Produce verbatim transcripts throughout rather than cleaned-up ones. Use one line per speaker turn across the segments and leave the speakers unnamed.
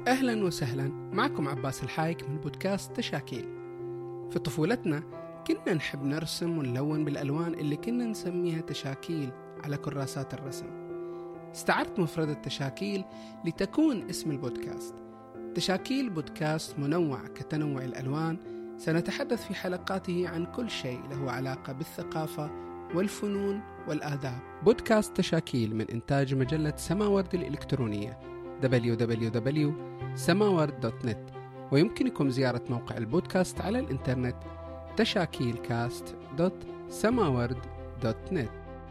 أهلا وسهلا، معكم عباس الحايك من بودكاست تشاكيل. في طفولتنا كنا نحب نرسم ونلون بالألوان اللي كنا نسميها تشاكيل على كراسات الرسم. استعرت مفردة تشاكيل لتكون اسم البودكاست. تشاكيل بودكاست منوع كتنوع الألوان، سنتحدث في حلقاته عن كل شيء له علاقة بالثقافة والفنون والآداب. بودكاست تشاكيل من إنتاج مجلة سماورد الإلكترونية دبليو دبليو دبليو دوت سماورد دوت نت، ويمكنكم زيارة موقع البودكاست على الإنترنت تشاكيلكاست دوت سماورد دوت نت.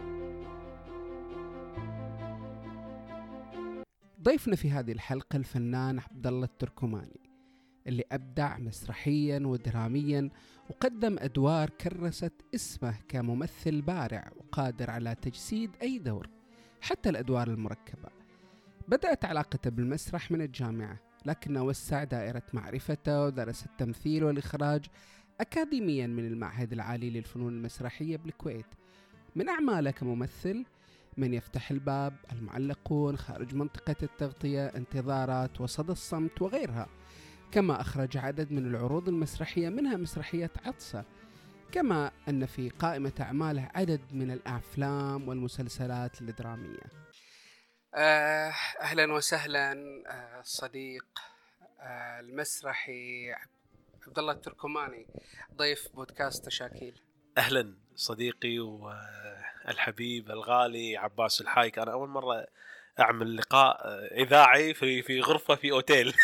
ضيفنا في هذه الحلقة الفنان عبد الله التركماني، اللي أبدع مسرحيا ودراميا وقدم أدوار كرست اسمه كممثل بارع وقادر على تجسيد أي دور، حتى الأدوار المركبة. بدأت علاقته بالمسرح من الجامعة، لكنه وسع دائرة معرفته ودرس التمثيل والإخراج أكاديميا من المعهد العالي للفنون المسرحية بالكويت. من أعماله كممثل من يفتح الباب، المعلقون، خارج منطقة التغطية، انتظارات، وصدى الصمت وغيرها. كما أخرج عدد من العروض المسرحية منها مسرحية عطسة، كما أن في قائمة أعماله عدد من الأفلام والمسلسلات الدرامية. أهلا وسهلا صديق المسرحي عبد الله التركماني، ضيف بودكاست تشاكيل.
أهلا صديقي والحبيب الغالي عباس الحايك. أنا أول مرة أعمل لقاء إذاعي في في غرفة في أوتيل.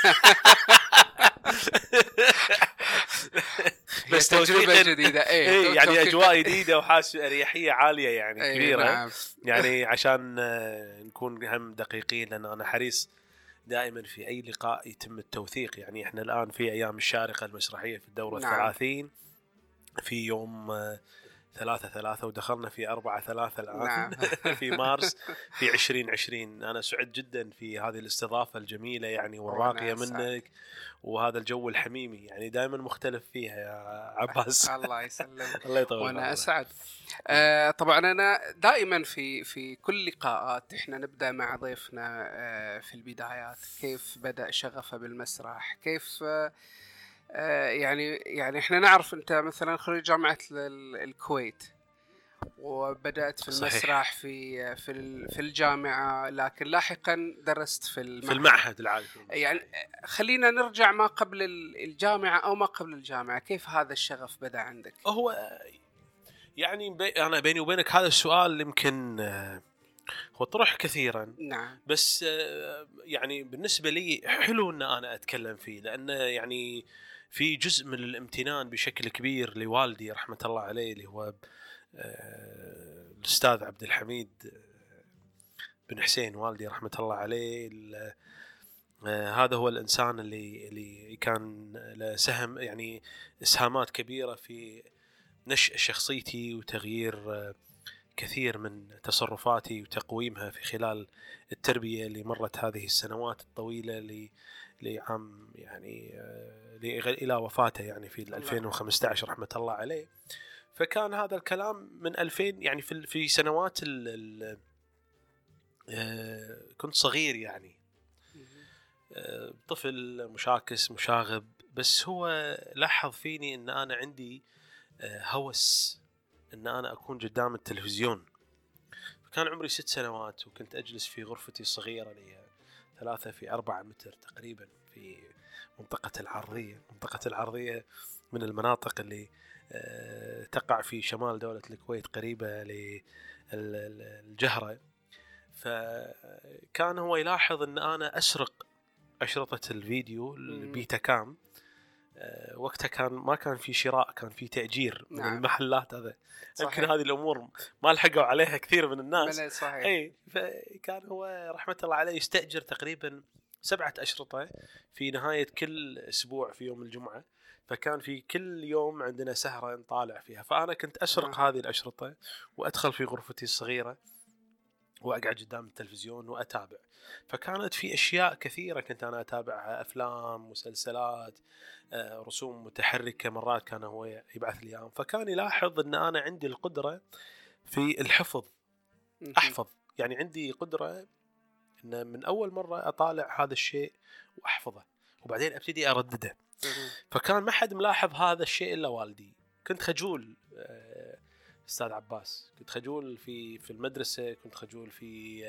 بس تجربة جديدة.
إيه إيه يعني أجواء جديدة وحاس أريحية عالية يعني
أيه
كبيرة.
نعم.
يعني عشان نكون هم دقيقين، لأن أنا حريص دائما في أي لقاء يتم التوثيق. يعني إحنا الآن في أيام الشارقة المسرحية في الدورة
نعم.
الثلاثين، في يوم ثلاثة ثلاثة ودخلنا في أربعة ثلاثة الآن.
نعم.
في مارس في عشرين عشرين. أنا سعيد جدا في هذه الاستضافة الجميلة يعني والراقية منك، وهذا الجو الحميمي يعني دائما مختلف فيها يا عباس.
الله يسلم.
الله يطول.
وأنا أسعد. آه طبعا أنا دائما في في كل لقاءات إحنا نبدأ مع ضيفنا آه في البدايات، كيف بدأ شغفه بالمسرح، كيف آه يعني يعني إحنا نعرف أنت مثلا خريج جامعة الكويت وبدأت في المسرح. صحيح. في في في الجامعة، لكن لاحقا درست في المعهد,
في المعهد العالي.
يعني خلينا نرجع ما قبل الجامعة أو ما قبل الجامعة، كيف هذا الشغف بدأ عندك؟
هو يعني بي أنا بيني وبينك هذا السؤال يمكن هو طرح كثيرا.
نعم.
بس يعني بالنسبة لي حلو أن أنا أتكلم فيه، لأنه يعني في جزء من الامتنان بشكل كبير لوالدي رحمة الله عليه، اللي هو الأستاذ عبد الحميد بن حسين، والدي رحمة الله عليه. هذا هو الإنسان اللي اللي كان له سهم، يعني إسهامات كبيرة في نشأ شخصيتي وتغيير كثير من تصرفاتي وتقويمها في خلال التربية اللي مرت هذه السنوات الطويلة اللي لعام يعني إلى وفاته يعني في ألفين وخمسة عشر رحمة الله عليه. فكان هذا الكلام من ألفين، يعني في في سنوات ال كنت صغير، يعني طفل مشاكس مشاغب، بس هو لاحظ فيني ان انا عندي هوس ان انا اكون قدام التلفزيون. كان عمري ست سنوات وكنت أجلس في غرفتي الصغيرة اللي هي ثلاثة في أربعة متر تقريبا في منطقة العرضية. منطقة العرضية من المناطق اللي تقع في شمال دولة الكويت قريبة للجهرة. فكان هو يلاحظ أن أنا أسرق أشرطة الفيديو البيتا كام. وقتها كان ما كان في شراء، كان في تأجير من نعم. المحلات. هذا يمكن هذه الأمور ما لحقوا عليها كثير من الناس. أي فكان هو رحمة الله عليه يستأجر تقريبا سبعة أشرطة في نهاية كل أسبوع في يوم الجمعة. فكان في كل يوم عندنا سهرة نطالع فيها. فأنا كنت أسرق نعم. هذه الأشرطة وأدخل في غرفتي الصغيرة وأقعد قدام التلفزيون وأتابع. فكانت في أشياء كثيرة كنت أنا أتابعها، أفلام، مسلسلات، رسوم متحركة. مرات كان هو يبعث لي إياهم. فكان يلاحظ أن أنا عندي القدرة في الحفظ، أحفظ، يعني عندي قدرة إن من أول مرة أطالع هذا الشيء وأحفظه وبعدين أبتدي أردده. فكان ما حد ملاحظ هذا الشيء إلا والدي. كنت خجول أستاذ عباس، كنت خجول في في المدرسة، كنت خجول في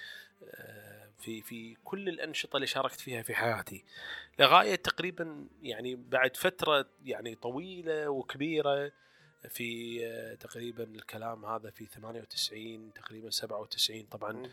في في كل الأنشطة اللي شاركت فيها في حياتي، لغاية تقريبا يعني بعد فترة يعني طويلة وكبيرة، في تقريبا الكلام هذا في ثمانية وتسعين تقريبا سبعة وتسعين. طبعا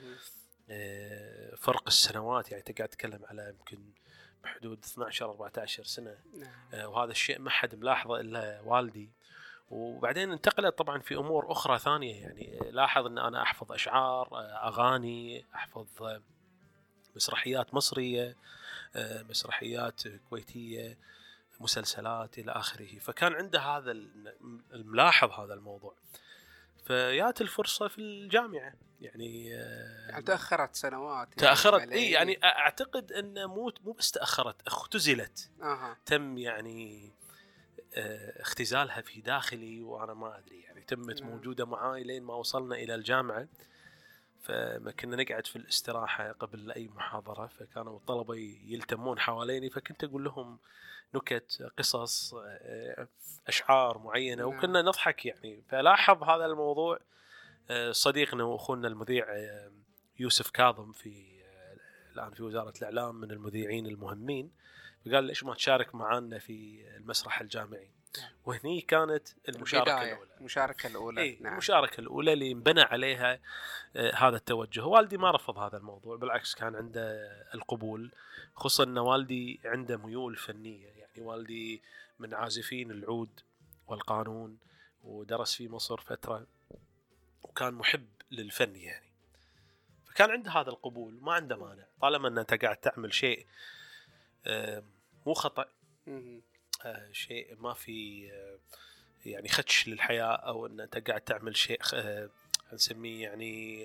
فرق السنوات يعني تقعد تتكلم على يمكن بحدود اثنا عشر أربعة عشر سنة، وهذا الشيء ما حد ملاحظه إلا والدي. وبعدين انتقلت طبعا في أمور أخرى ثانية، يعني لاحظ أن أنا أحفظ أشعار، أغاني، أحفظ مسرحيات مصرية، مسرحيات كويتية، مسلسلات إلى آخره. فكان عنده هذا الملاحظ هذا الموضوع. فيات الفرصة في الجامعة يعني,
يعني تأخرت سنوات،
تأخرت يعني إيه يعني أعتقد أن مو مو بس تأخرت، اختزلت.
أه.
تم يعني اختزالها في داخلي وأنا ما أدري، يعني تمت موجودة معاي لين ما وصلنا إلى الجامعة. فما كنا نقعد في الاستراحة قبل أي محاضرة، فكانوا الطلبة يلتمون حواليني، فكنت أقول لهم نكت، قصص، أشعار معينة، وكنا نضحك يعني. فلاحظ هذا الموضوع صديقنا وأخونا المذيع يوسف كاظم في الآن في وزارة الإعلام، من المذيعين المهمين، فقال ليش ما تشارك معنا في المسرح الجامعي. وهني كانت المشاركة الأولى
المشاركة الأولى
إيه
نعم.
المشاركة الأولى اللي انبنى عليها آه هذا التوجه. والدي ما رفض هذا الموضوع، بالعكس كان عنده القبول، خصوصا أن والدي عنده ميول فنية. يعني والدي من عازفين العود والقانون، ودرس في مصر فترة، وكان محب للفن يعني. فكان عنده هذا القبول، ما عنده مانع طالما أن أنت قاعد تعمل شيء آه مو خطأ، آه شيء ما في آه يعني خدش للحياة، أو أن أنت قاعد تعمل شيء آه نسميه يعني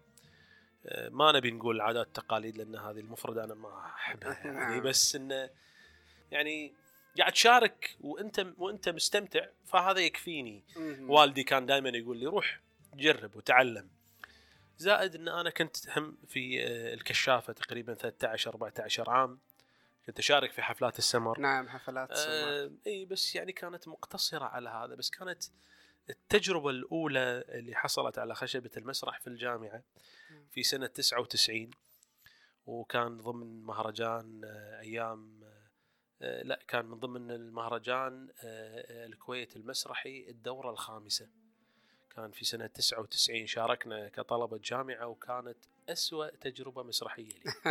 آه ما نبي نقول عادات تقاليد، لأن هذه المفردة أنا ما أحبها يعني، بس إنه يعني قاعد تشارك وأنت وأنت مستمتع، فهذا يكفيني. والدي كان دائما يقول لي روح جرب وتعلم. زائد أن أنا كنت هم في آه الكشافة تقريبا ثلاثة عشر أربعة عشر عام، كنت أشارك في حفلات السمر.
نعم حفلات السمر.
آه اي بس يعني كانت مقتصرة على هذا. بس كانت التجربة الأولى اللي حصلت على خشبة المسرح في الجامعة في سنة تسعة وتسعين، وكان ضمن مهرجان آه أيام آه لا كان من ضمن المهرجان آه الكويت المسرحي الدورة الخامسة. كان في سنة تسعة وتسعين، شاركنا كطلبة جامعة، وكانت أسوأ تجربة مسرحية لي.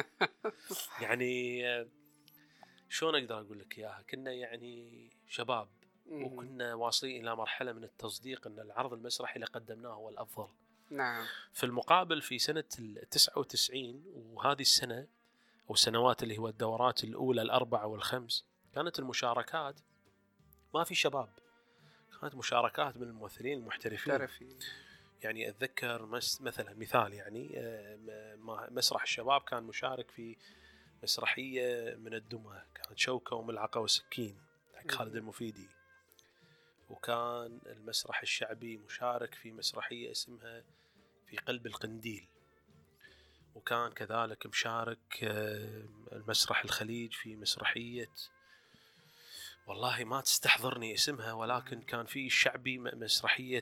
يعني آه شلون أقدر أقول لك إياها، كنا يعني شباب وكنا واصلين إلى مرحلة من التصديق أن العرض المسرحي اللي قدمناه هو الأفضل.
نعم.
في المقابل في سنة تسعة وتسعين وهذه السنة أو السنوات اللي هو الدورات الأولى الأربعة والخمس، كانت المشاركات ما في شباب، كانت مشاركات من الممثلين المحترفين. محترفين. يعني أتذكر مثلا مثال يعني مسرح الشباب كان مشارك في مسرحية من الدمى، كانت شوكة وملعقة وسكين حق خالد المفيدي. وكان المسرح الشعبي مشارك في مسرحية اسمها في قلب القنديل. وكان كذلك مشارك المسرح الخليج في مسرحية والله ما تستحضرني اسمها، ولكن كان في الشعبي مسرحية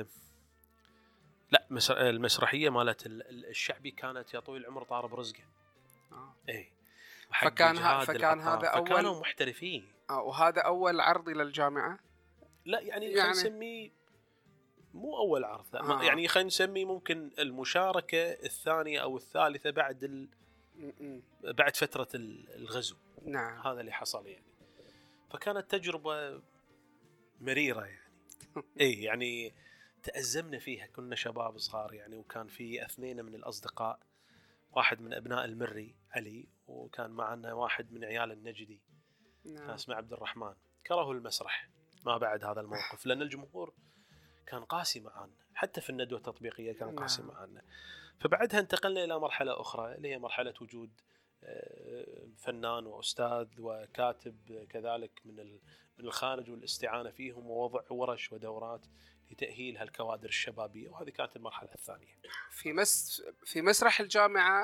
لا المسرحية مالت الشعبي كانت يا طويل العمر طار برزقه.
آه.
ايه
فكان ها فكان هذا أول،
فكانوا محترفين.
آه وهذا أول عرض إلى الجامعة.
لا يعني, يعني... خلينا نسميه مو أول عرض آه. يعني خلينا نسميه ممكن المشاركة الثانية أو الثالثة بعد ال... بعد فترة الغزو.
نعم.
هذا اللي حصل يعني. فكانت تجربة مريرة يعني. إيه يعني تأزمنا فيها، كنا شباب صغار يعني. وكان في اثنين من الأصدقاء، واحد من أبناء المري علي، وكان معنا واحد من عيال النجدي كان اسمه عبد الرحمن. كرهوا المسرح ما بعد هذا الموقف، لأن الجمهور كان قاسي معنا، حتى في الندوة التطبيقية كان قاسي معنا. فبعدها انتقلنا إلى مرحلة أخرى اللي هي مرحلة وجود فنان وأستاذ وكاتب كذلك من من الخارج، والاستعانة فيهم ووضع ورش ودورات لتأهيل هالكوادر الشبابية. وهذه كانت المرحلة الثانية.
في مس في مسرح الجامعة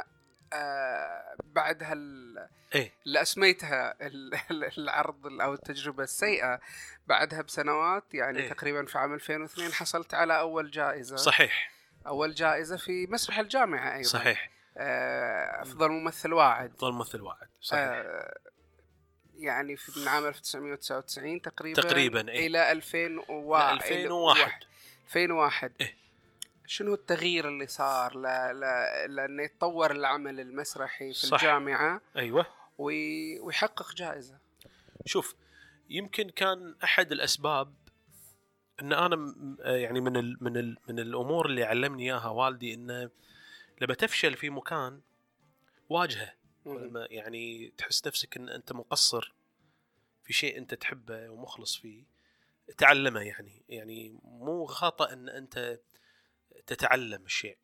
آه بعد هال
إيه؟
اللي أسميتها العرض أو التجربة السيئة، بعدها بسنوات يعني
إيه؟
تقريبا في عام ألفين واثنين حصلت على أول جائزة.
صحيح.
أول جائزة في مسرح الجامعة أيضا.
صحيح.
آه أفضل ممثل واعد.
أفضل ممثل واعد. صحيح.
آه يعني في من عام ألف وتسعمائة وتسعة وتسعين تقريبا
تقريبا إيه؟
إلى ألفين وواحد.
ألفين وواحد.
ألفين وواحد.
إيه؟
شنو التغيير اللي صار لا لا لأنه يتطور العمل المسرحي في صح. الجامعة.
أيوة.
ويحقق جائزة.
شوف، يمكن كان أحد الأسباب إن أنا يعني من ال من ال من الأمور اللي علمني إياها والدي، إنه لما تفشل في مكان واجهه، ولما يعني تحس نفسك إن أنت مقصر في شيء أنت تحبه ومخلص فيه، تعلمه. يعني يعني مو خطأ إن أنت تتعلم الشيء،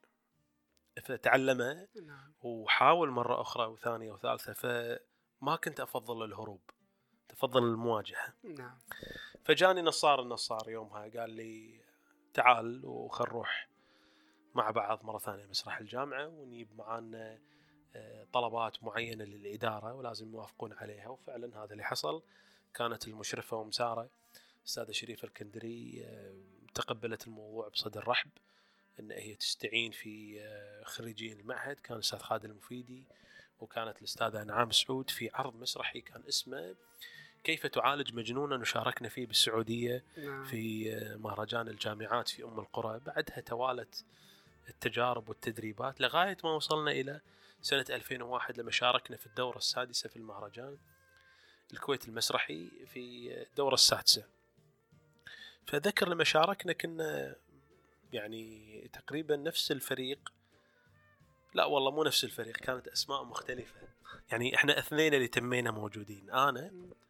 فتعلمه وحاول مرة أخرى وثانية وثالثة. فما كنت أفضل الهروب، تفضل المواجهة.
نعم.
فجاني نصار النصار يومها قال لي تعال وخل نروح مع بعض مرة ثانية مسرح الجامعة، ونجيب معانا طلبات معينة للإدارة ولازم يوافقون عليها. وفعلا هذا اللي حصل. كانت المشرفة ومسارة أستاذة شريفة الكندري تقبلت الموضوع بصدر رحب، إن هي تستعين في خريجين المعهد. كان الأستاذ خالد المفيدي وكانت الأستاذة أنعام سعود في عرض مسرحي كان اسمه كيف تعالج مجنونا، وشاركنا فيه بالسعودية في مهرجان الجامعات في أم القرى. بعدها توالت التجارب والتدريبات لغاية ما وصلنا إلى سنة ألفين وواحد لما شاركنا في الدورة السادسة في المهرجان الكويت المسرحي في الدورة السادسة. فذكر لما شاركنا كنا يعني تقريبا نفس الفريق، لا والله مو نفس الفريق، كانت أسماء مختلفة. يعني إحنا اثنين اللي تمينا موجودين، أنا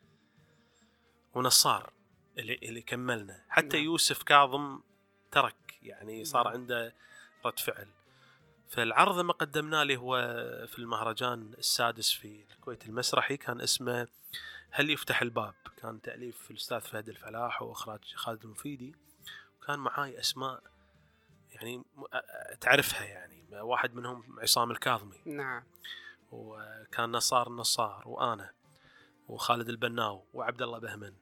ونصار اللي اللي كملنا. حتى نعم. يوسف كاظم ترك، يعني صار نعم. عنده رد فعل. فالعرض ما قدمناه له هو في المهرجان السادس في الكويت المسرحي كان اسمه هل يفتح الباب. كان تأليف الأستاذ فهد الفلاح وإخراج خالد المفيدي، وكان معاي أسماء يعني تعرفها، يعني واحد منهم عصام الكاظمي.
نعم.
وكان نصار النصار وأنا وخالد البناو وعبد الله بهمن.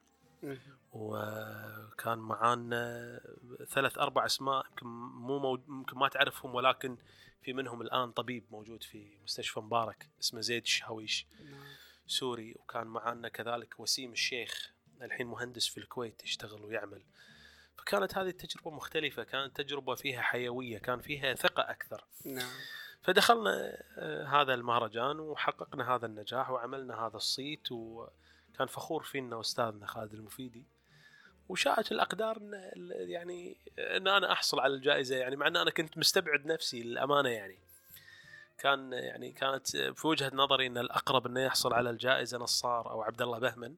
وكان معانا ثلاث أربع أسماء يمكن مو موجود، ممكن ما تعرفهم، ولكن في منهم الآن طبيب موجود في مستشفى مبارك اسمه زيد الشهويش سوري. وكان معانا كذلك وسيم الشيخ الحين مهندس في الكويت يشتغل ويعمل. فكانت هذه التجربة مختلفة، كانت تجربة فيها حيوية، كان فيها ثقة أكثر.
نعم.
فدخلنا هذا المهرجان وحققنا هذا النجاح وعملنا هذا الصيت، وكان فخور فينا أستاذنا خالد المفيدي. وشاءت الأقدار إن يعني إن أنا أحصل على الجائزة، يعني مع أن أنا كنت مستبعد نفسي للأمانة. يعني كان يعني كانت في وجهة نظري إن الأقرب إنه يحصل على الجائزة نصار أو عبد الله بهمن.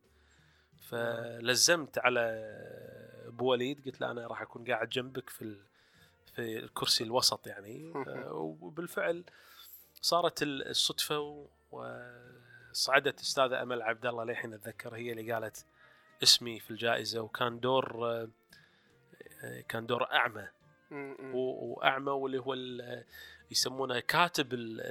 فلزمت على أبو وليد قلت له أنا راح أكون قاعد جنبك في في الكرسي الوسط يعني. وبالفعل صارت الصدفة وصعدت أستاذة أمل عبد الله لحين أتذكر، هي اللي قالت اسمي في الجائزة. وكان دور كان دور أعمى، وأعمى واللي هو يسمونه كاتب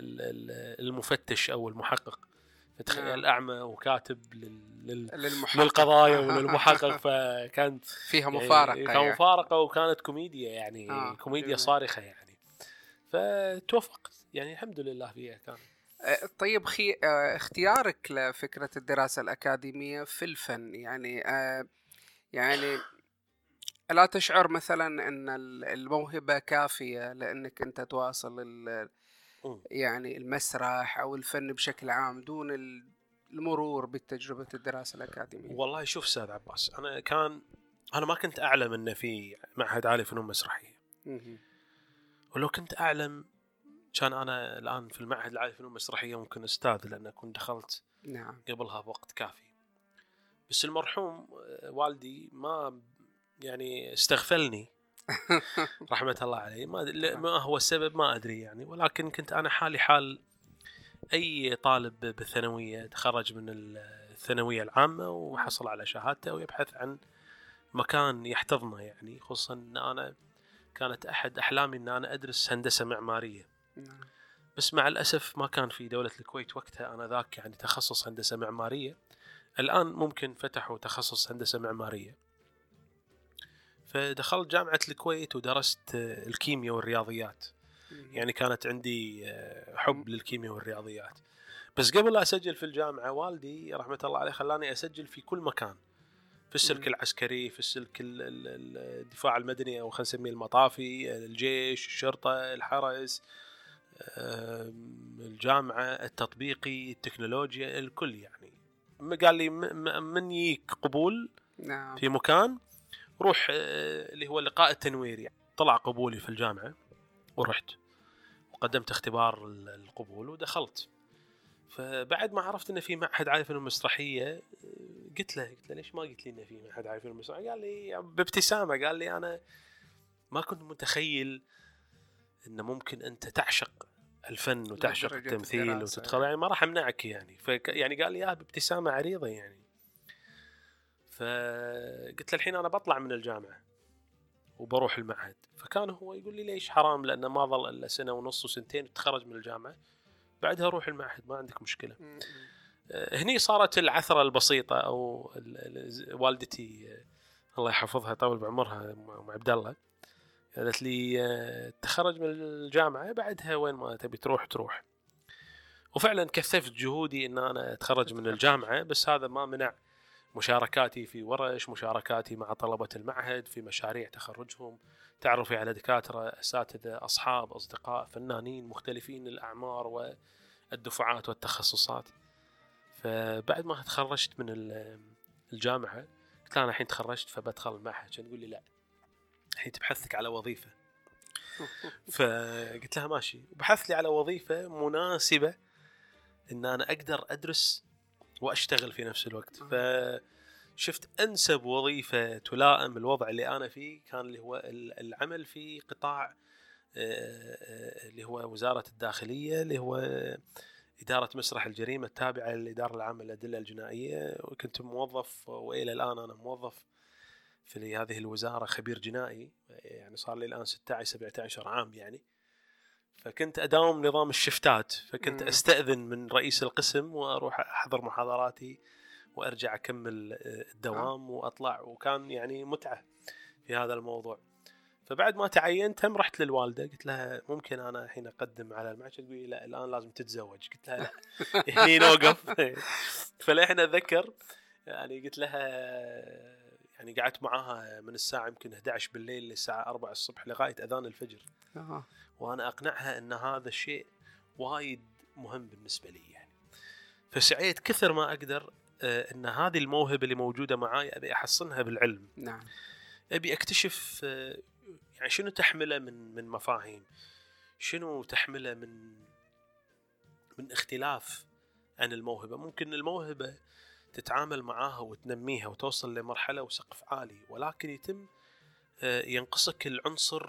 المفتش أو المحقق. فتخيل نعم. أعمى وكاتب لل... للقضايا وللمحقق. فكان
فيها مفارقة
يعني كان مفارقة وكانت كوميديا يعني آه. كوميديا جميل. صارخة يعني. فتوفقت يعني الحمد لله فيها. كان
طيب خي... اختيارك لفكرة الدراسة الأكاديمية في الفن يعني يعني لا تشعر مثلا أن الموهبة كافية لأنك أنت تواصل ال... يعني المسرح أو الفن بشكل عام دون المرور بتجربة الدراسة الأكاديمية؟
والله شوف أستاذ عباس، أنا كان أنا ما كنت أعلم أنه في معهد عالي فنون مسرحية. ولو كنت أعلم كان أنا الآن في المعهد العالي فنون مسرحية ممكن أستاذ، لأن كنت دخلت
نعم.
قبلها بوقت كافي. بس المرحوم والدي ما يعني استغفلني رحمة الله عليه. ما ما هو السبب ما أدري يعني، ولكن كنت أنا حالي حال أي طالب بالثانوية تخرج من الثانوية العامة وحصل على شهادته ويبحث عن مكان يحتضنه يعني. خصوصا أن أنا كانت أحد أحلامي أن أنا أدرس هندسة معمارية. بس مع الأسف ما كان في دولة الكويت وقتها أنا ذاك يعني تخصص هندسة معمارية. الآن ممكن فتحوا تخصص هندسة معمارية. فدخلت جامعة الكويت ودرست الكيمياء والرياضيات. يعني كانت عندي حب للكيمياء والرياضيات. بس قبل لا أسجل في الجامعة والدي رحمة الله عليه خلاني أسجل في كل مكان، في السلك العسكري، في السلك الدفاع المدني أو خلينا نسميه المطافي، الجيش، الشرطة، الحرس، الجامعة، التطبيقي، التكنولوجيا، الكل. يعني قال لي من ييك قبول
نعم.
في مكان روح اللي هو اللقاء التنويري. يعني طلع قبولي في الجامعة ورحت وقدمت اختبار القبول ودخلت. فبعد ما عرفت إنه في معهد عالي فنون مسرحية قلت له قلت له ليش ما قلت لي إنه في معهد عالي فنون مسرحية؟ قال لي بابتسامة، قال لي أنا ما كنت متخيل إنه ممكن أنت تعشق الفن وتعشق التمثيل وتدخل، يعني ما راح أمنعك يعني. فك يعني قال لي يا بابتسامة عريضة يعني. فقلت له الحين أنا بطلع من الجامعة وبروح المعهد. فكان هو يقول لي ليش؟ حرام، لأنه ما ظل إلا سنة ونص وسنتين وتخرج من الجامعة بعدها روح المعهد ما عندك مشكلة. هني صارت العثرة البسيطة، أو والدتي الله يحفظها طول بعمرها أم عبد الله قالت لي تخرج من الجامعة بعدها وين ما تبي تروح تروح. وفعلا كثفت جهودي إن أنا أتخرج من الجامعة، بس هذا ما منع مشاركاتي في ورش، مشاركاتي مع طلبة المعهد في مشاريع تخرجهم، تعرفي على دكاترة، أساتذة، أصحاب، أصدقاء، فنانين مختلفين الأعمار والدفعات والتخصصات. فبعد ما تخرجت من الجامعة قلت أنا الحين تخرجت فبدخل المعهد. كان تقول لي لا الحين تبحثك على وظيفة. فقلت لها ماشي، وبحث لي على وظيفة مناسبة إن أنا أقدر أدرس وأشتغل في نفس الوقت. فشفت أنسب وظيفة تلائم الوضع اللي أنا فيه كان اللي هو العمل في قطاع اللي هو وزارة الداخلية، اللي هو إدارة مسرح الجريمة التابعة للإدارة العامة للأدلة الجنائية. وكنت موظف وإلى الآن أنا موظف في هذه الوزارة خبير جنائي، يعني صار لي الآن ستة عشر سبعة عشر عام يعني. فكنت أداوم نظام الشفتات، فكنت أستأذن من رئيس القسم وأروح أحضر محاضراتي وأرجع أكمل الدوام وأطلع، وكان يعني متعة في هذا الموضوع. فبعد ما تعينت هم رحت للوالدة قلت لها ممكن أنا الحين أقدم على المعهد؟ تقول لي لا الآن لازم تتزوج. قلت لها لا هني نوقف. فلحين أتذكر يعني قلت لها، يعني قعدت معاها من الساعة يمكن إحدى عشر بالليل للساعة أربعة الصبح لغاية أذان الفجر، وأنا أقنعها أن هذا الشيء وايد مهم بالنسبة لي يعني. فسعيت كثر ما أقدر أن هذه الموهبة اللي موجودة معاي أبي أحصنها بالعلم.
نعم.
أبي أكتشف يعني شنو تحمله من من مفاهيم، شنو تحمله من من اختلاف عن الموهبة. ممكن الموهبة تتعامل معاها وتنميها وتوصل لمرحلة وسقف عالي، ولكن يتم ينقصك العنصر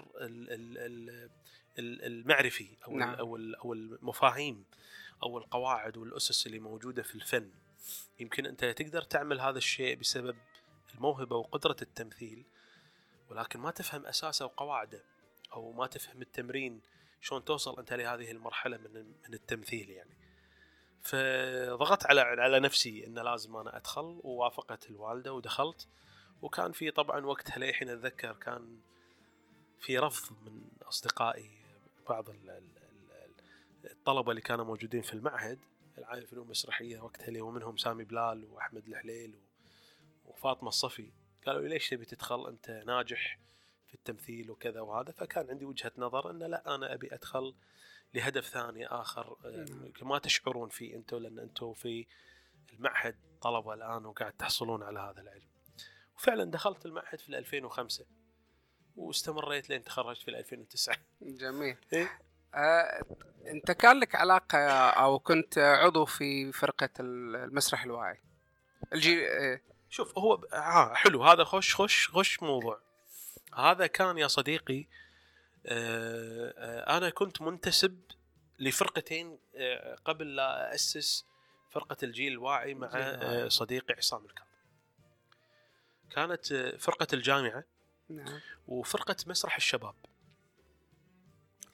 المعرفي أو
نعم.
أو أو المفاهيم أو القواعد والأسس اللي موجودة في الفن. يمكن أنت تقدر تعمل هذا الشيء بسبب الموهبة وقدرة التمثيل، ولكن ما تفهم أساسه وقواعده، أو ما تفهم التمرين شلون توصل أنت لهذه المرحلة من من التمثيل يعني. فضغطت على على نفسي إن لازم أنا أدخل، ووافقت الوالدة ودخلت. وكان في طبعا وقتها لحين أتذكر كان في رفض من أصدقائي، بعض الطلبة اللي كانوا موجودين في المعهد العالي للفنون المسرحية وقتها، اللي هو منهم سامي بلال وأحمد الحليل وفاطمة الصفي. قالوا لي ليش تبي تدخل، أنت ناجح في التمثيل وكذا وهذا. فكان عندي وجهة نظر أن لا، أنا أبي أدخل لهدف ثاني آخر ما تشعرون فيه أنتوا، لأن أنتوا في المعهد طلبة الآن وقاعد تحصلون على هذا العلم. وفعلا دخلت المعهد في ألفين وخمسة واستمريت لين تخرجت في ألفين وتسعة.
جميل.
إيه؟
آه، أنت كان لك علاقة أو كنت عضو في فرقة المسرح الواعي الجي؟ إيه؟
شوف هو آه حلو هذا، خش خش خش موضوع هذا. كان يا صديقي آه آه أنا كنت منتسب لفرقتين آه قبل لا أسس فرقة الجيل الواعي مع آه صديقي عصام الكاظم. كانت آه فرقة الجامعة. نعم. وفرقة مسرح الشباب.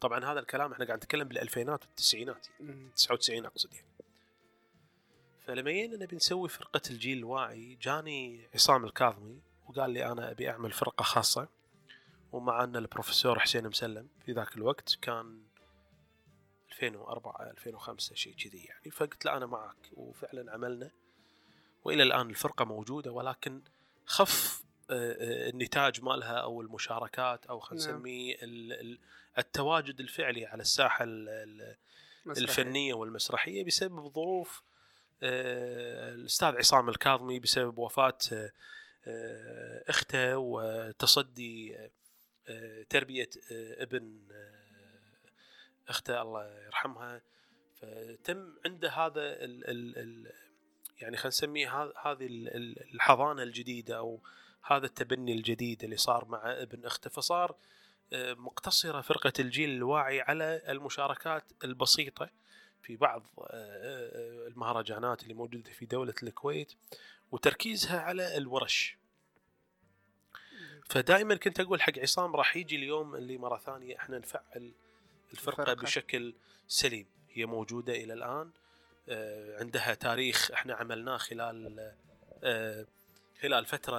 طبعا هذا الكلام احنا قاعد نتكلم بالألفينات والتسعينات يعني تسعة وتسعين أقصد يعني. فلما جينا نبي نسوي فرقة الجيل الواعي جاني عصام الكاظمي وقال لي أنا أبي أعمل فرقة خاصة، ومعنا البروفيسور حسين مسلم في ذاك الوقت كان ألفين وأربعة ألفين وخمسة شيء كذي يعني. فقلت له أنا معك، وفعلا عملنا، وإلى الآن الفرقة موجودة، ولكن خف النتاج مالها أو المشاركات أو خلينا نسميه التواجد الفعلي على الساحة الفنية والمسرحية بسبب ظروف الأستاذ عصام الكاظمي، بسبب وفاة أخته وتصدي تربية ابن أخته الله يرحمها. فتم عنده هذا ال ال ال يعني خلينا نسميه هذه الحضانة الجديدة أو هذا التبني الجديد اللي صار مع ابن أخته. فصار مقتصرة فرقة الجيل الواعي على المشاركات البسيطة في بعض المهرجانات اللي موجودة في دولة الكويت، وتركيزها على الورش. فدائما كنت أقول حق عصام راح يجي اليوم اللي مرة ثانية احنا نفعل الفرقة, الفرقة بشكل سليم. هي موجودة إلى الآن، عندها تاريخ احنا عملناه خلال خلال فترة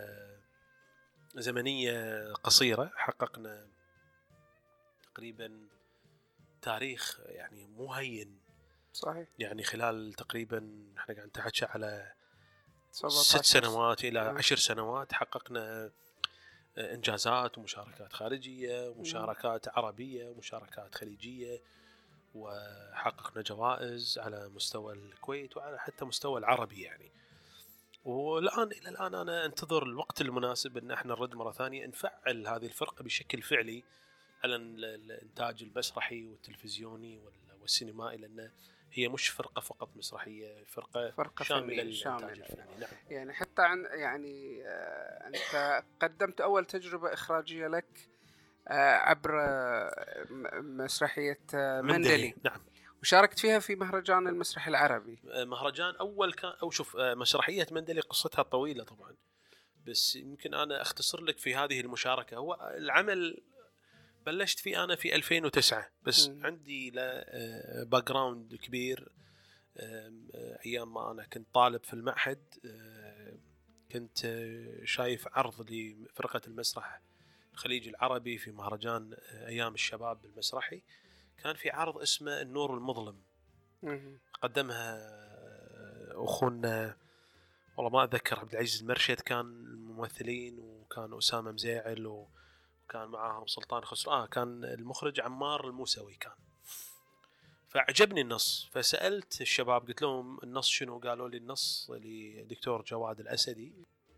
زمنية قصيرة، حققنا تقريبا تاريخ يعني مو هين.
صحيح.
يعني خلال تقريبا احنا قاعد نتحكي على ست سنوات إلى عشر سنوات حققنا إنجازات ومشاركات خارجية ومشاركات عربية ومشاركات خليجية، وحققنا جوائز على مستوى الكويت وعلى حتى مستوى العربي يعني. والآن إلى الآن أنا أنتظر الوقت المناسب إن احنا نرد مرة ثانية نفعل هذه الفرقة بشكل فعلي على الإنتاج المسرحي والتلفزيوني والسينمائي، لأن هي مش فرقة فقط مسرحية، فرقة, فرقة شاملة للإنتاج الفني. نعم.
يعني حتى عن يعني آه أنت قدمت أول تجربة إخراجية لك آه عبر آه مسرحية آه مندلي. مندلي.
نعم.
وشاركت فيها في مهرجان المسرح العربي.
مهرجان أول كان أو شوف مسرحية مندلي قصتها طويلة طبعا، بس يمكن أنا أختصر لك في هذه المشاركة. هو العمل بلشت فيه أنا في ألفين وتسعة، بس م. عندي له باك جراوند كبير. أيام ما أنا كنت طالب في المعهد كنت شايف عرض لفرقة المسرح الخليجي العربي في مهرجان أيام الشباب المسرحي، كان في عرض اسمه النور المظلم. م. قدمها أخونا والله ما أتذكر عبد العزيز المرشد كان الممثلين، وكان أسامة مزيعل و كان معاهم سلطان خسرو، آه كان المخرج عمار الموسوي كان. فعجبني النص، فسألت الشباب قلت لهم النص شنو؟ قالوا لي النص لدكتور جواد الأسدي.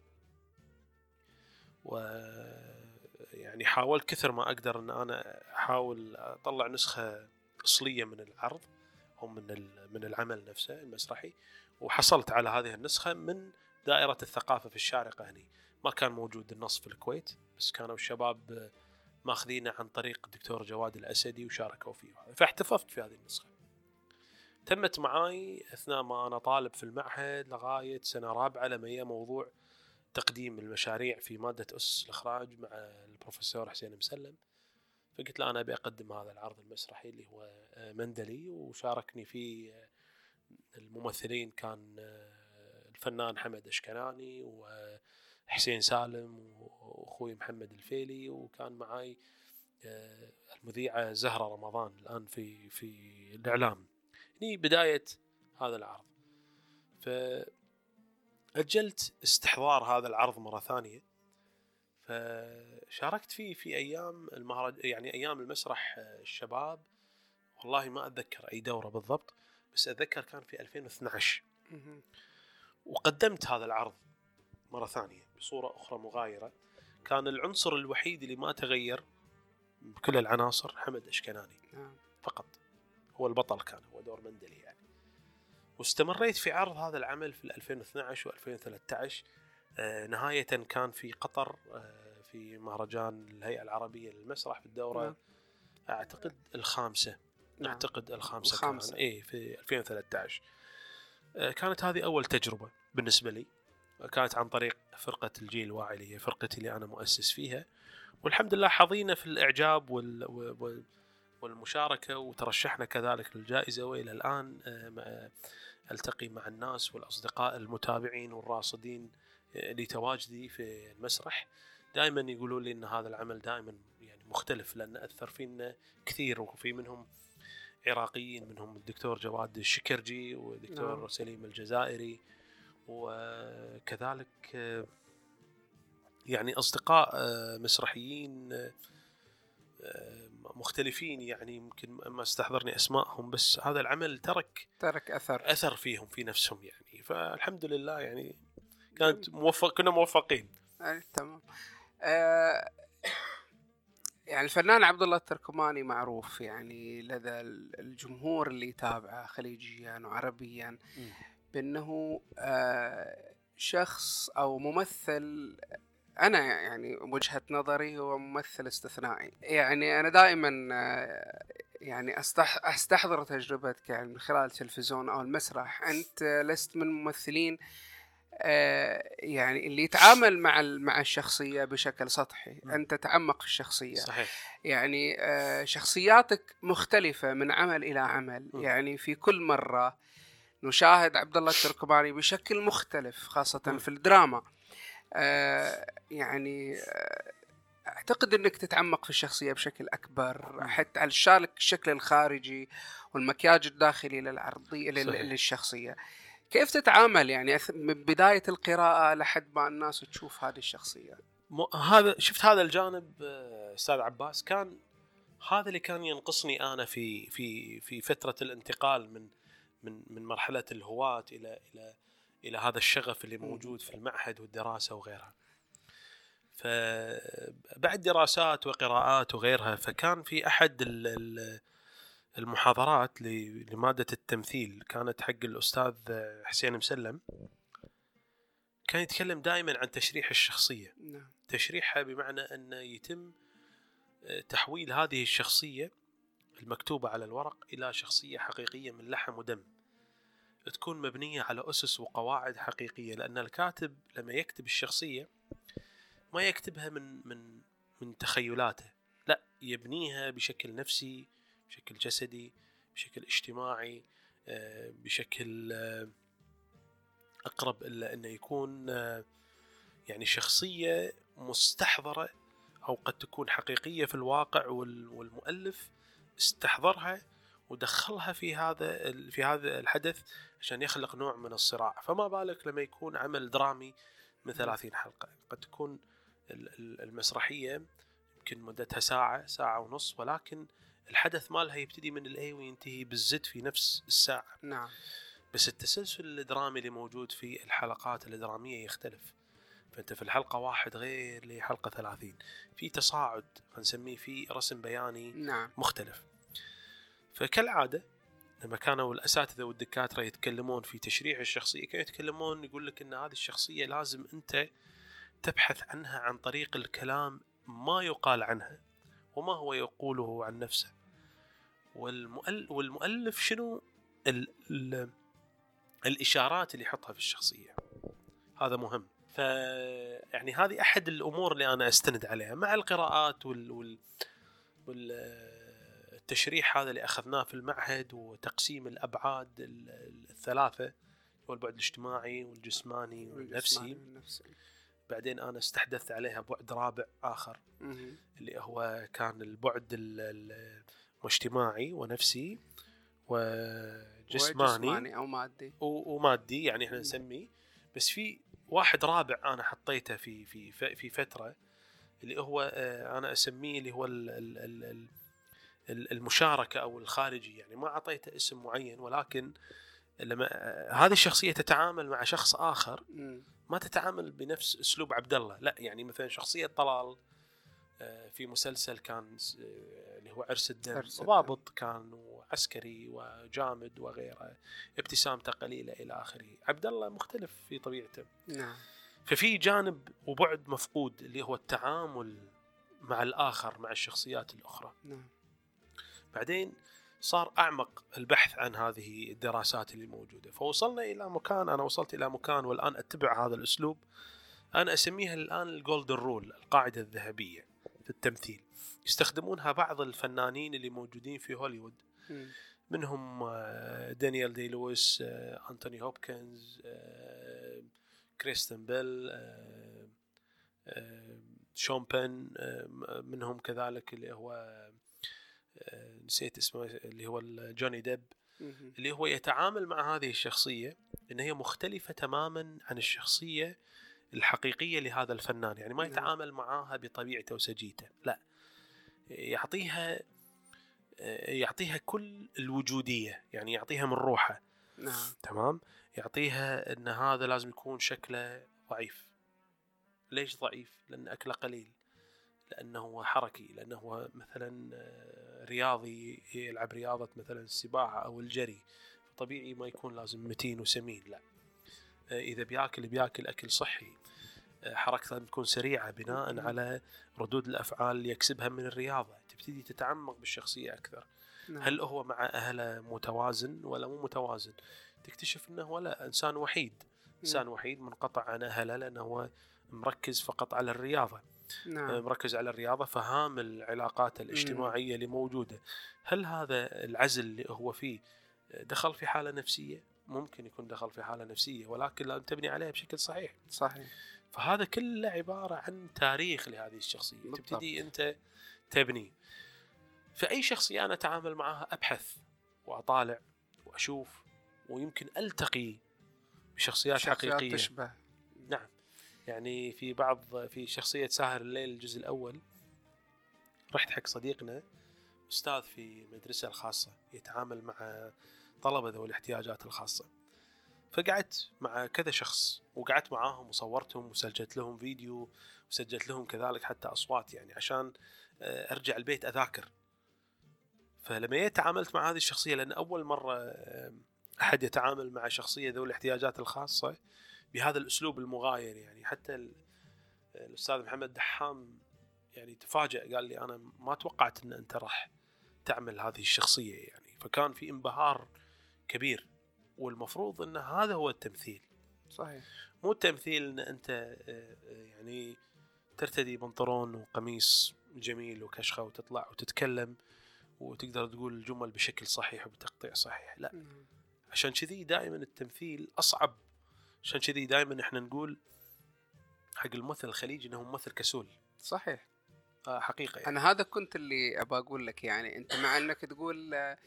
ويعني حاولت كثر ما أقدر أن أنا أحاول أطلع نسخة أصلية من العرض أو من من العمل نفسه المسرحي، وحصلت على هذه النسخة من دائرة الثقافة في الشارقة. هني ما كان موجود النص في الكويت، بس كانوا الشباب ماخذينه عن طريق الدكتور جواد الأسدي وشاركوا فيه، فاحتفظت في هذه النسخة. تمت معاي أثناء ما أنا طالب في المعهد لغاية سنة رابعة لما هي موضوع تقديم المشاريع في مادة أسس الإخراج مع البروفيسور حسين مسلم. فقلت له أنا أبي أقدم هذا العرض المسرحي اللي هو مندلي، وشاركني فيه الممثلين كان الفنان حمد أشكناني وحسين سالم وأخوي محمد الفيلي، وكان معاي المذيعة زهرة رمضان الآن في في الإعلام. هني بداية هذا العرض. فأجلت استحضار هذا العرض مرة ثانية، فشاركت فيه في أيام المهرج يعني أيام المسرح الشباب. والله ما أتذكر أي دورة بالضبط، بس أتذكر كان في ألفين واثني عشر، وقدمت هذا العرض مرة ثانية بصورة أخرى مغايرة. كان العنصر الوحيد اللي ما تغير بكل العناصر حمد أشكناني فقط، هو البطل، كان هو دور مندلي يعني. واستمريت في عرض هذا العمل في ألفين واثني عشر وألفين وثلاثة عشر. آه نهاية كان في قطر آه في مهرجان الهيئة العربية للمسرح في الدورة نعم. أعتقد الخامسة نعم. أعتقد الخامسة, الخامسة. كان إيه في ألفين وثلاثة عشر. آه كانت هذه أول تجربة بالنسبة لي، كانت عن طريق فرقة الجيل الواعي اللي هي فرقتي اللي أنا مؤسس فيها، والحمد لله حظينا في الإعجاب وال... والمشاركة، وترشحنا كذلك للجائزة. وإلى الآن ألتقي مع الناس والأصدقاء المتابعين والراصدين لتواجدي في المسرح، دائما يقولوا لي أن هذا العمل دائما يعني مختلف، لأن أثر فينا كثير، وفي منهم عراقيين، منهم الدكتور جواد الشكرجي والدكتور نعم. سليم الجزائري، وكذلك يعني أصدقاء مسرحيين مختلفين، يعني يمكن ما استحضرني أسمائهم، بس هذا العمل ترك
ترك أثر
أثر فيهم في نفسهم يعني. فالحمد لله يعني كانت موفق، كنا موفقين.
أه تمام. أه يعني الفنان عبد الله التركماني معروف يعني لدى الجمهور اللي يتابعه خليجيا وعربيا م. بأنه أه شخص أو ممثل، أنا يعني وجهة نظري هو ممثل استثنائي. يعني أنا دائما يعني أستحضر تجربتك يعني من خلال التلفزيون أو المسرح. أنت لست من الممثلين يعني اللي يتعامل مع مع الشخصية بشكل سطحي، أنت تعمق في الشخصية.
صحيح.
يعني شخصياتك مختلفة من عمل إلى عمل. يعني في كل مرة نشاهد عبد الله التركماني بشكل مختلف، خاصة في الدراما. آه يعني آه أعتقد أنك تتعمق في الشخصية بشكل أكبر، حتى على الشكل الخارجي والمكياج الداخلي للعرضية للشخصية. كيف تتعامل يعني من بداية القراءة لحد ما الناس تشوف هذه الشخصية؟
هذا شفت هذا الجانب أستاذ عباس، كان هذا اللي كان ينقصني أنا في في في فترة الانتقال من من من مرحلة الهواة إلى إلى إلى هذا الشغف اللي موجود في المعهد والدراسة وغيرها. فبعد دراسات وقراءات وغيرها، فكان في أحد المحاضرات لمادة التمثيل كانت حق الأستاذ حسين مسلم، كان يتكلم دائما عن تشريح الشخصية. تشريحها بمعنى أن يتم تحويل هذه الشخصية المكتوبة على الورق إلى شخصية حقيقية من لحم ودم، تكون مبنية على أسس وقواعد حقيقية. لأن الكاتب لما يكتب الشخصية ما يكتبها من من من تخيلاته، لا، يبنيها بشكل نفسي، بشكل جسدي، بشكل اجتماعي، بشكل أقرب إلا أنه يكون يعني شخصية مستحضرة، أو قد تكون حقيقية في الواقع، والمؤلف استحضرها ودخلها في هذا في هذا الحدث عشان يخلق نوع من الصراع. فما بالك لما يكون عمل درامي من ثلاثين حلقة، قد تكون المسرحية يمكن مدتها ساعة ساعة ونص، ولكن الحدث مالها يبتدي من الأي وينتهي بالزد في نفس الساعة.
نعم.
بس التسلسل الدرامي اللي موجود في الحلقات الدرامية يختلف، فأنت في الحلقة واحد غير لحلقة ثلاثين، في تصاعد هنسميه، في رسم بياني
نعم.
مختلف. فكالعادة لما كانوا الأساتذة والدكاترة يتكلمون في تشريح الشخصية، كانوا يتكلمون يقول لك إن هذه الشخصية لازم أنت تبحث عنها عن طريق الكلام، ما يقال عنها وما هو يقوله عن نفسه، والمؤلف, والمؤلف شنو ال ال الإشارات اللي يحطها في الشخصية. هذا مهم. ف يعني هذه أحد الأمور اللي أنا أستند عليها مع القراءات وال, وال... وال... التشريح هذا اللي أخذناه في المعهد، وتقسيم الأبعاد الثلاثة، والبعد الاجتماعي والجسماني والنفسي. بعدين أنا استحدثت عليها بعد رابع آخر اللي هو كان البعد الاجتماعي ونفسي وجسماني
أو مادي
ومادي، يعني إحنا نسميه. بس في واحد رابع أنا حطيته في في في فترة اللي هو أنا أسميه اللي هو ال ال ال المشاركة أو الخارجي، يعني ما أعطيته اسم معين، ولكن لما هذه الشخصية تتعامل مع شخص آخر ما تتعامل بنفس أسلوب عبد الله، لا، يعني مثلا شخصية طلال في مسلسل كان اللي هو عرس الدم، ضابط كان وعسكري وجامد وغيره، ابتسامته قليلة إلى آخره. عبد الله مختلف في طبيعته.
نعم.
ففي جانب وبعد مفقود اللي هو التعامل مع الآخر، مع الشخصيات الأخرى.
نعم.
بعدين صار أعمق البحث عن هذه الدراسات اللي موجودة، فوصلنا إلى مكان، أنا وصلت إلى مكان والآن أتبع هذا الأسلوب، أنا أسميها الآن الجولدن رول، القاعدة الذهبية. التمثيل يستخدمونها بعض الفنانين اللي موجودين في هوليوود، منهم دانيال دي لويس، أنتوني هوبكنز، كريستن بيل، شون بين، منهم كذلك اللي هو نسيت اسمه اللي هو جوني ديب، اللي هو يتعامل مع هذه الشخصية إن هي مختلفة تماما عن الشخصية الحقيقية لهذا الفنان، يعني ما يتعامل معها بطبيعته وسجيته، لا، يعطيها يعطيها كل الوجودية، يعني يعطيها من روحه.
نعم.
تمام. يعطيها ان هذا لازم يكون شكله ضعيف. ليش ضعيف؟ لان اكله قليل، لانه هو حركي، لانه هو مثلا رياضي يلعب رياضة مثلا السباحة او الجري، طبيعي ما يكون لازم متين وسمين، لا، اذا بياكل بياكل اكل صحي، حركته تكون سريعة بناء على ردود الافعال اللي يكسبها من الرياضة. تبتدي تتعمق بالشخصية اكثر. نعم. هل هو مع اهله متوازن ولا مو متوازن؟ تكتشف انه لا، انسان وحيد، انسان وحيد منقطع عن اهله، لانه هو مركز فقط على الرياضة. نعم. مركز على الرياضة، فهام العلاقات الاجتماعية اللي موجودة. هل هذا العزل اللي هو فيه دخل في حالة نفسية؟ ممكن يكون دخل في حالة نفسية، ولكن لازم تبني عليها بشكل صحيح.
صحيح.
فهذا كله عبارة عن تاريخ لهذه الشخصية. بالضبط. تبتدي أنت تبني. فأي شخصية أنا أتعامل معها أبحث وأطالع وأشوف، ويمكن ألتقي بشخصيات حقيقية
تشبه.
نعم. يعني في بعض في شخصية ساهر الليل الجزء الأول، رحت حق صديقنا أستاذ في مدرسة الخاصة يتعامل مع طلبة ذوي الاحتياجات الخاصة، فقعدت مع كذا شخص وقعدت معاهم وصورتهم وسجلت لهم فيديو وسجلت لهم كذلك حتى أصوات، يعني عشان أرجع البيت أذاكر. فلما يتعاملت مع هذه الشخصية، لأن أول مرة أحد يتعامل مع شخصية ذوي الاحتياجات الخاصة بهذا الأسلوب المغاير، يعني حتى الأستاذ محمد دحام يعني تفاجأ، قال لي أنا ما توقعت أن أنت راح تعمل هذه الشخصية، يعني فكان في انبهار كبير. والمفروض أن هذا هو التمثيل.
صحيح.
مو التمثيل أن أنت يعني ترتدي بنطلون وقميص جميل وكشخة وتطلع وتتكلم وتقدر تقول الجمل بشكل صحيح وبتقطيع صحيح، لا. عشان كذي دائما التمثيل أصعب. عشان كذي دائما إحنا نقول حق الممثل الخليجي إنه ممثل كسول.
صحيح.
آه حقيقة يعني.
أنا هذا كنت اللي أبغى أقول لك، يعني أنت مع أنك تقول آه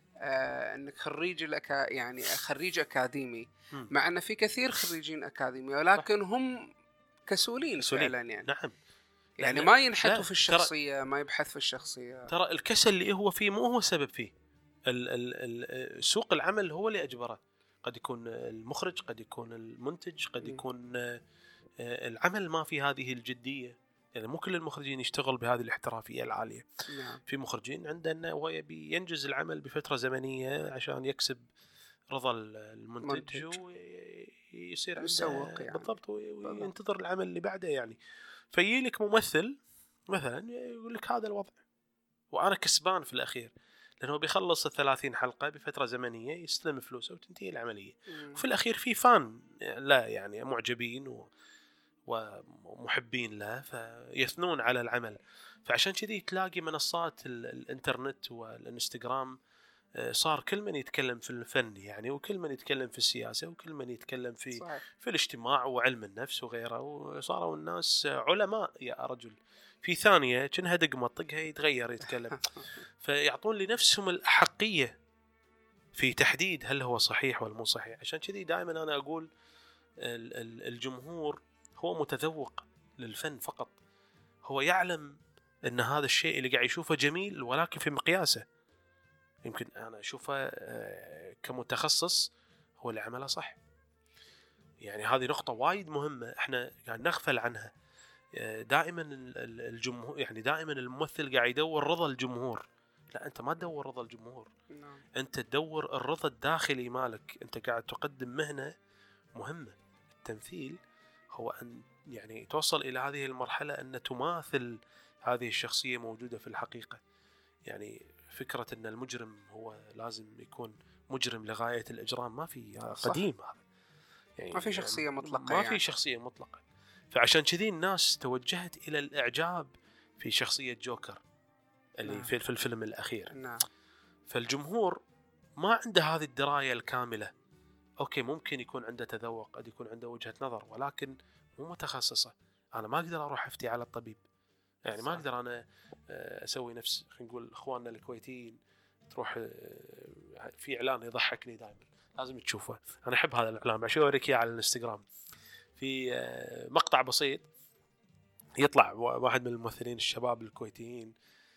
أنك خريج الأكا يعني خريج أكاديمي، م. مع أن في كثير خريجين أكاديمي ولكن هم كسولين, كسولين. فعلا يعني.
نعم.
يعني ما ينحتوا في الشخصية، ما يبحث في الشخصية.
ترى الكسل اللي هو فيه مو هو سبب فيه. ال ال ال سوق العمل هو اللي أجبره. قد يكون المخرج، قد يكون المنتج، قد يكون العمل ما في هذه الجدية. يعني مو كل المخرجين يشتغل بهذه الاحترافية العالية.
نعم.
في مخرجين عندنا هو يبي ينجز العمل بفترة زمنية عشان يكسب رضا المنتج ويصير عنده يعني. بالضبط، وينتظر العمل اللي بعده يعني. فيجيلك ممثل مثلا يقول لك هذا الوضع وأنا كسبان في الأخير، لأنه بيخلص الثلاثين حلقة بفترة زمنية، يستلم فلوسه وتنتهي العملية. م. وفي الأخير في فان لا يعني معجبين و... ومحبين له، فيثنون على العمل. فعشان كذي تلاقي منصات الانترنت والانستغرام صار كل من يتكلم في الفن يعني، وكل من يتكلم في السياسة، وكل من يتكلم في صحيح. في الاجتماع وعلم النفس وغيره، وصاروا الناس علماء يا رجل. في ثانية كأنها دقمة طقها يتغير يتكلم. فيعطون لنفسهم الأحقية في تحديد هل هو صحيح ولا مو صحيح. عشان كذي دائما أنا أقول الجمهور هو متذوق للفن فقط، هو يعلم أن هذا الشيء اللي قاعد يشوفه جميل، ولكن في مقياسه. يمكن أنا أشوفه كمتخصص هو اللي عمله صح. يعني هذه نقطة وايد مهمة إحنا قاعد نغفل عنها. دائما الجمهور يعني دائما الممثل قاعد يدور رضا الجمهور. لا، أنت ما تدور رضا الجمهور.
نعم.
أنت تدور الرضا الداخلي مالك. أنت قاعد تقدم مهنة مهمة. التمثيل هو أن يعني توصل إلى هذه المرحلة أن تماثل هذه الشخصية موجودة في الحقيقة. يعني فكرة أن المجرم هو لازم يكون مجرم لغاية الإجرام ما في، قديم هذا.
يعني ما في شخصية مطلقة.
ما يعني. في شخصية مطلقة. فعشان كذي الناس توجهت إلى الإعجاب في شخصية جوكر اللي
نعم.
في في الفيلم الأخير.
نعم.
فالجمهور ما عنده هذه الدراية الكاملة. أوكي ممكن يكون عنده تذوق، قد يكون عنده وجهة نظر، ولكن مو متخصصة. أنا ما أقدر أروح أفتي على الطبيب، يعني ما أقدر أنا أسوي نفس خلينا نقول إخواننا الكويتيين، تروح في إعلان يضحكني دائما لازم تشوفه، أنا أحب هذا الإعلان، بعشان أوريك إياه على الانستغرام. في مقطع بسيط يطلع واحد من الممثلين الشباب الكويتيين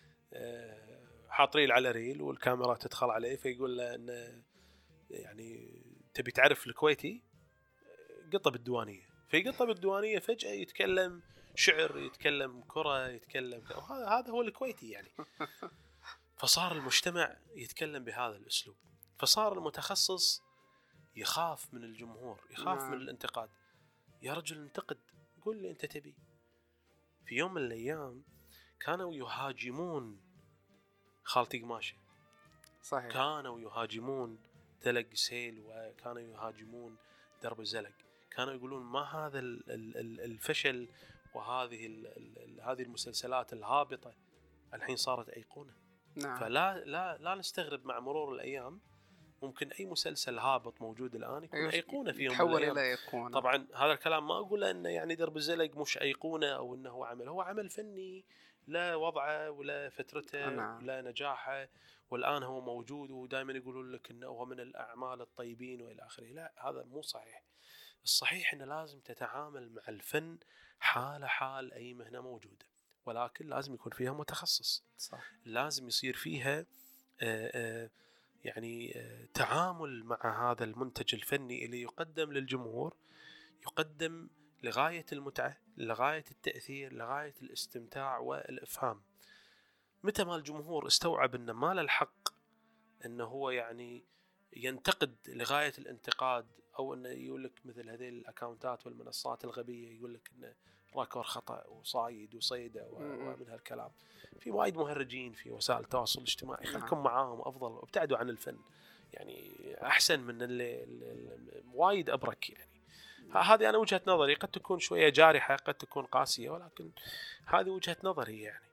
حاطريل على ريل والكاميرا تدخل عليه، فيقول له إنه يعني تبي تعرف الكويتي قطة بالديوانية، في قطة بالديوانية فجأة يتكلم شعر، يتكلم كرة، يتكلم هذا هو الكويتي يعني. فصار المجتمع يتكلم بهذا الأسلوب، فصار المتخصص يخاف من الجمهور، يخاف من الانتقاد. يا رجل انتقد، قول لي أنت تبي. في يوم من الأيام كانوا يهاجمون خالتي قماشة،
صحيح.
كانوا يهاجمون تلق سيل، وكانوا يهاجمون درب الزلق، كانوا يقولون ما هذا الفشل وهذه هذه المسلسلات الهابطة الحين صارت أيقونة.
نعم.
فلا لا لا نستغرب مع مرور الأيام ممكن أي مسلسل هابط موجود الآن يكون أيقونة في يوم من الأيام.
إلى أيقونة.
طبعا هذا الكلام ما أقوله إنه يعني درب الزلق مش أيقونة أو إنه هو عمل، هو عمل فني لا وضعه ولا فترته
نعم.
ولا نجاحه، والآن هو موجود ودائما يقولون لك إنه هو من الأعمال الطيبين وإلى آخره. لا، هذا مو صحيح. الصحيح إنه لازم تتعامل مع الفن حال حال أي مهنة موجودة، ولكن لازم يكون فيها متخصص.
صح.
لازم يصير فيها آآ آآ يعني آآ تعامل مع هذا المنتج الفني اللي يقدم للجمهور، يقدم لغاية المتعة، لغاية التأثير، لغاية الاستمتاع والإفهام. متى ما الجمهور استوعب أن ما له الحق أنه هو يعني ينتقد لغاية الانتقاد، أو أنه يقول لك مثل هذه الأكاونتات والمنصات الغبية يقول لك أنه راكور خطأ وصايد وصيدة ومن هالكلام. في وايد مهرجين في وسائل التواصل الاجتماعي، خلكم معاهم أفضل وابتعدوا عن الفن، يعني أحسن من اللي, اللي وايد أبرك. يعني هذه أنا وجهة نظري، قد تكون شوية جارحة، قد تكون قاسية، ولكن هذه وجهة نظري. يعني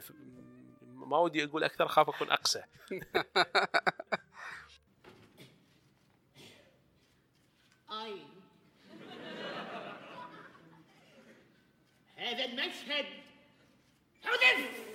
ما ودي أقول أكثر، خاف أكون أقسى.
أي هذا المشهد حدث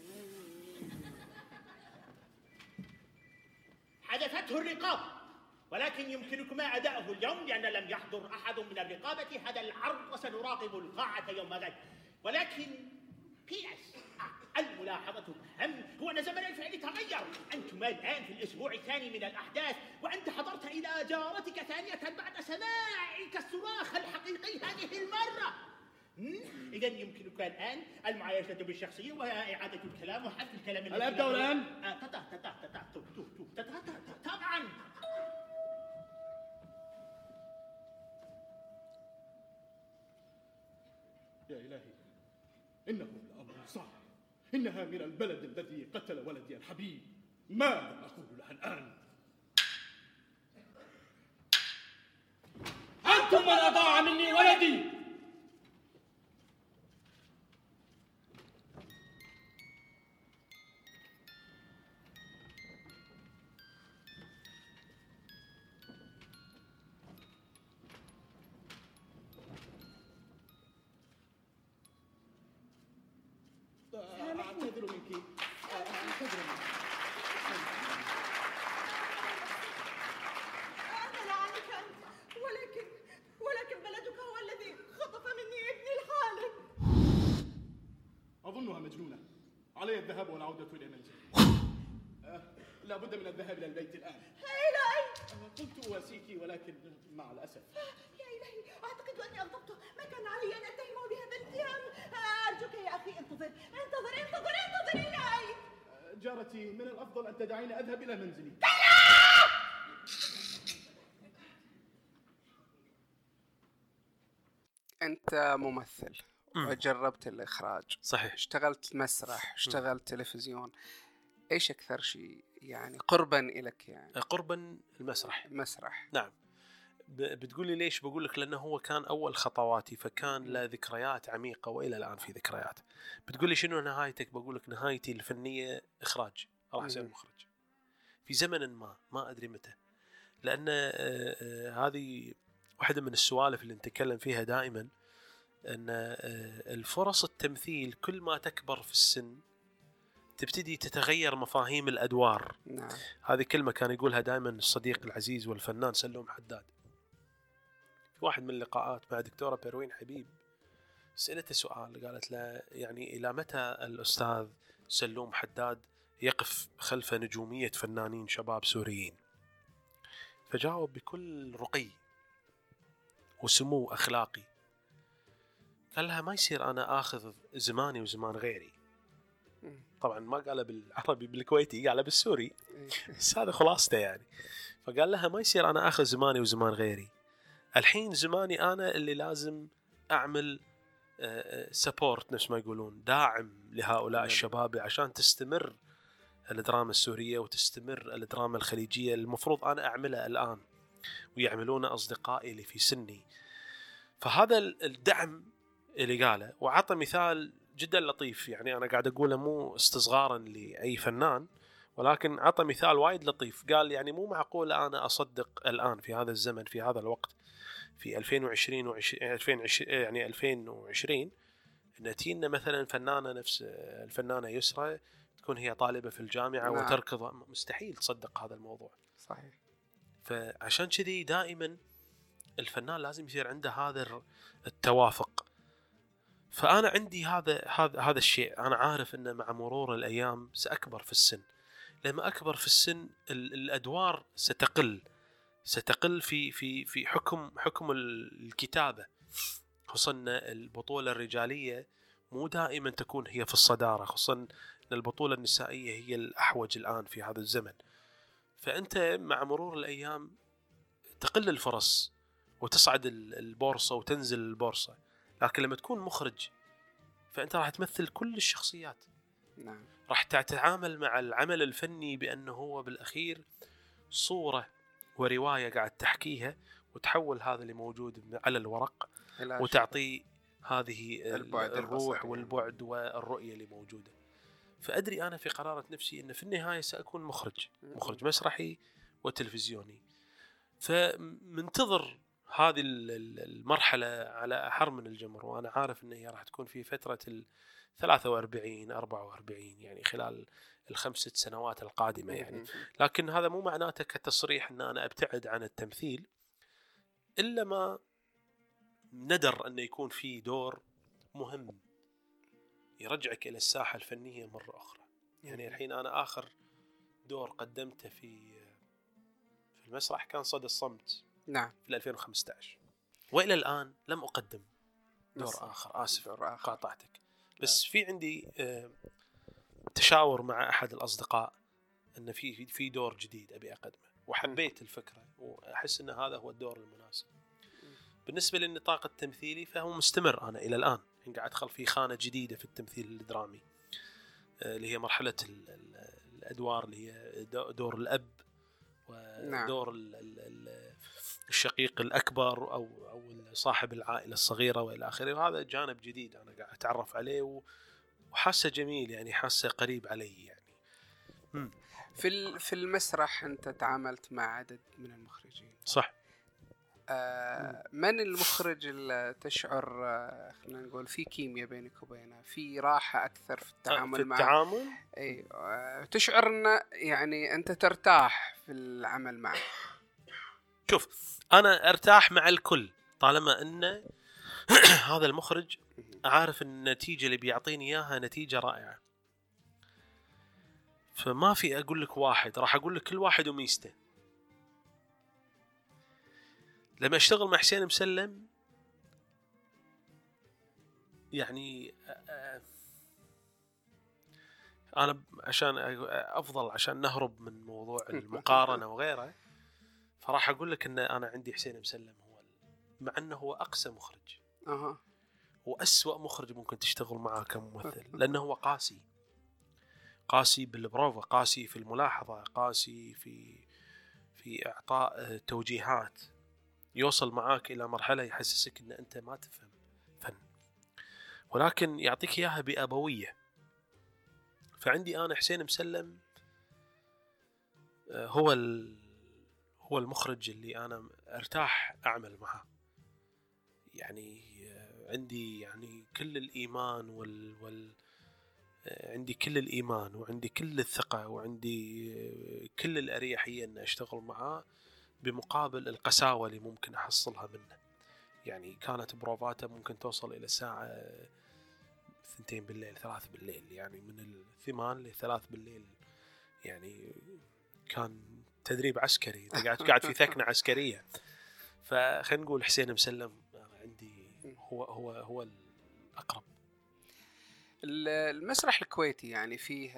حذفته الرقابة، ولكن يمكنكما أداءه اليوم لأن لم يحضر أحد من الرقابة هذا العرض، وسنراقب القاعة يوم غد. ولكن بي اس الملاحظة الأهم هو أن زمن الفعل تغير. أنتما الآن في الأسبوع الثاني من الأحداث، وأنت حضرت إلى جارتك ثانية بعد سماعك الصراخ الحقيقي هذه المرة. إذا يمكنك الآن المعايشة بالشخصية وإعادة الكلام وحذف الكلام الذي
أبدأ الآن؟
طبعا.
يا إلهي، إنه الأمر صعب. إنها من البلد الذي قتل ولدي الحبيب. ماذا أقول لها الآن؟ أنتم من أضاع مني ولدي. أعتذر منك، أعتذر منك.
أنا لا عنك أنت، ولكن ولكن بلدك هو الذي خطف مني ابني الحالم.
أظنها مجنونة. علي الذهاب والعودة إلى منزلي. أه لا بد من الذهاب إلى البيت الآن.
إلى أين؟
قلت أواسيك ولكن مع الأسف.
يا إلهي، أعتقد أني أغضبته. ما كان علي أن أتهمه بهذا الاتهام. أرجوك يا أخي، انتظر انتظر انتظر انتظر. إلى أين؟
جارتي، من الأفضل أن تدعيني أذهب إلى منزلي.
أنت ممثل وجربت الإخراج،
صحيح،
اشتغلت مسرح، اشتغلت تلفزيون، إيش أكثر شيء يعني قربا إليك؟ يعني
قربا المسرح.
مسرح.
نعم، بتقول لي ليش؟ بقول لك لأنه هو كان أول خطواتي، فكان له ذكريات عميقة وإلى الآن في ذكريات. بتقول لي شنو نهايتك؟ بقول لك نهايتي الفنية إخراج، راح أصير مخرج في زمن ما ما أدري متى. لأن آه آه هذه واحدة من السوالف اللي نتكلم فيها دائما، أن آه الفرص التمثيل كل ما تكبر في السن تبتدي تتغير مفاهيم الأدوار.
نعم.
هذه كلمة كان يقولها دائما الصديق العزيز والفنان سلوم حداد في واحد من اللقاءات مع دكتورة بيروين حبيب. سألته سؤال، قالت له يعني إلى متى الأستاذ سلوم حداد يقف خلف نجومية فنانين شباب سوريين؟ فجاوب بكل رقي وسمو أخلاقي، قال لها ما يصير أنا آخذ زماني وزمان غيري. طبعا ما قاله بالعربي بالكويتي، قاله بالسوري، بس هذا خلاصته يعني. فقال لها ما يصير أنا آخذ زماني وزمان غيري، الحين زماني أنا اللي لازم أعمل سبورت، نفس ما يقولون داعم لهؤلاء الشباب عشان تستمر الدراما السورية وتستمر الدراما الخليجية. المفروض أنا أعملها الآن ويعملون أصدقائي اللي في سني. فهذا الدعم اللي قاله، وعطى مثال جدا لطيف، يعني أنا قاعد أقوله مو استصغارا لأي فنان، ولكن عطى مثال وايد لطيف. قال يعني مو معقول أنا أصدق الآن في هذا الزمن في هذا الوقت في ألفين وعشرين وألفين وعشرين يعني ألفين وعشرين إن تينا مثلا فنانة نفس الفنانة يسرى تكون هي طالبة في الجامعة نعم. وتركض، مستحيل تصدق هذا الموضوع.
صحيح.
فعشان كذي دائما الفنان لازم يصير عنده هذا التوافق. فأنا عندي هذا هذا هذا الشيء، أنا عارف إنه مع مرور الأيام سأكبر في السن. لما أكبر في السن الأدوار ستقل ستقل في في في حكم حكم الكتابة، خصوصا البطولة الرجالية مو دائما تكون هي في الصدارة، خصوصا أن البطولة النسائية هي الأحوج الآن في هذا الزمن. فأنت مع مرور الأيام تقل الفرص وتصعد البورصة وتنزل البورصة، لكن لما تكون مخرج فأنت راح تمثل كل الشخصيات.
نعم.
راح تتعامل مع العمل الفني بأنه هو بالأخير صورة ورواية قاعد تحكيها، وتحول هذا اللي موجود على الورق وتعطي هذه الروح والبعد والرؤية اللي موجودة. فأدري أنا في قرارة نفسي أن في النهاية سأكون مخرج مخرج مسرحي وتلفزيوني. فمنتظر هذه المرحلة على أحر من الجمر، وأنا عارف أن هي راح تكون في فترة الثلاثة وأربعين أربعة وأربعين يعني خلال الخمسة سنوات القادمة يعني. لكن هذا مو معناته كتصريح أن أنا أبتعد عن التمثيل، إلا ما ندر أن يكون في دور مهم يرجعك إلى الساحة الفنية مرة أخرى. يعني الحين أنا آخر دور قدمته في في المسرح كان صدى الصمت.
نعم.
في ألفين وخمسة عشر، وإلى الآن لم أقدم دور آخر. آسف دور آخر. قاطعتك، بس في عندي آه تشاور مع أحد الأصدقاء أن في في دور جديد أبي أقدمه، وحبيت الفكرة وأحس أن هذا هو الدور المناسب. بالنسبة للنطاق التمثيلي فهو مستمر، أنا إلى الآن قاعد أدخل في خانة جديدة في التمثيل الدرامي اللي هي مرحلة الأدوار اللي هي دور الأب ودور الشقيق الأكبر أو أو صاحب العائلة الصغيرة وإلى آخره. وهذا جانب جديد أنا قاعد أتعرف عليه وحاسة جميل، يعني حاسة قريب علي يعني. م.
في في المسرح أنت تعاملت مع عدد من المخرجين،
صح؟
آه من المخرج اللي تشعر آه خلينا نقول في كيمياء بينك وبينه، في راحة أكثر في التعامل معه؟
في التعامل؟
أي آه تشعر أن يعني أنت ترتاح في العمل معه؟
شوف، أنا أرتاح مع الكل طالما أن هذا المخرج عارف أن النتيجة اللي بيعطيني إياها نتيجة رائعة. فما في أقول لك واحد، راح أقول لك كل واحد وميزته. لما اشتغل مع حسين مسلم يعني أنا عشان أفضل عشان نهرب من موضوع المقارنة وغيره، فراح أقول لك أن أنا عندي حسين مسلم هو، مع أنه هو أقسى مخرج
أه.
وأسوأ مخرج ممكن تشتغل معه كممثل، لأنه هو قاسي قاسي بالبروفة، قاسي في الملاحظة، قاسي في في إعطاء توجيهات، يوصل معاك إلى مرحلة يحسسك أن أنت ما تفهم فن، ولكن يعطيك إياها بأبوية. فعندي أنا حسين مسلم هو هو المخرج اللي أنا أرتاح أعمل معه. يعني عندي يعني كل الإيمان وال, وال عندي كل الإيمان وعندي كل الثقة وعندي كل الأريحية أن أشتغل معه، بمقابل القساوة اللي ممكن أحصلها منه. يعني كانت بروفاته ممكن توصل إلى الساعة ثنتين بالليل ثلاث بالليل، يعني من الثمان لثلاث بالليل. يعني كان تدريب عسكري، قاعد قاعد في ثكنة عسكرية. فخلينا نقول حسين مسلم عندي هو هو هو الأقرب.
المسرح الكويتي يعني فيه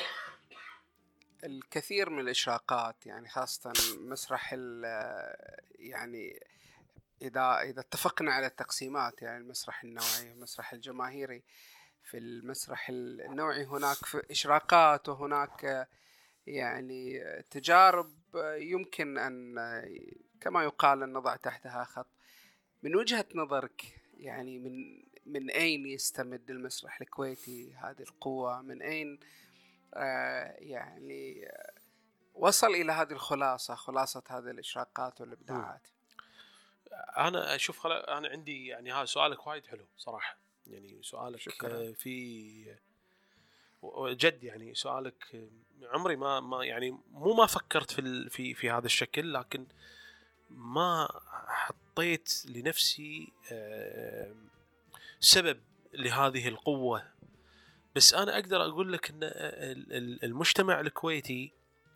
الكثير من الإشراقات، يعني خاصة مسرح يعني إذا إذا اتفقنا على التقسيمات، يعني المسرح النوعي والمسرح الجماهيري. في المسرح النوعي هناك إشراقات وهناك يعني تجارب يمكن أن كما يقال أن نضع تحتها خط. من وجهة نظرك يعني من من أين يستمد المسرح الكويتي هذه القوة؟ من أين آه يعني وصل إلى هذه الخلاصة، خلاصة هذه الإشراقات والإبداعات؟
أنا أشوف خلا... أنا عندي يعني هذا سؤالك وايد حلو صراحة. يعني سؤالك
شكرا.
في جد، يعني سؤالك عمري ما ما يعني مو ما فكرت في في في هذا الشكل، لكن ما حطيت لنفسي سبب لهذه القوة. بس أنا أقدر أقول لك أن المجتمع الكويتي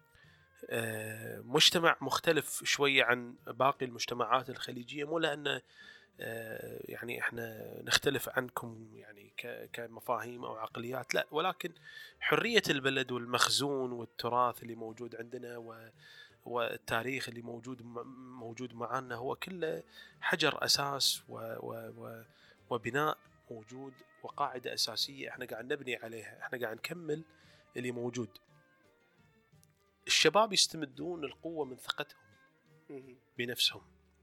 مجتمع مختلف شوية عن باقي المجتمعات الخليجية، مو لأن يعني إحنا نختلف عنكم يعني كمفاهيم أو عقليات، لا، ولكن حرية البلد والمخزون والتراث اللي موجود عندنا والتاريخ اللي موجود موجود معنا هو كله حجر أساس وبناء موجود وقاعدة أساسية إحنا قاعد نبني عليها، إحنا قاعد نكمل اللي موجود. الشباب يستمدون القوة من ثقتهم بنفسهم،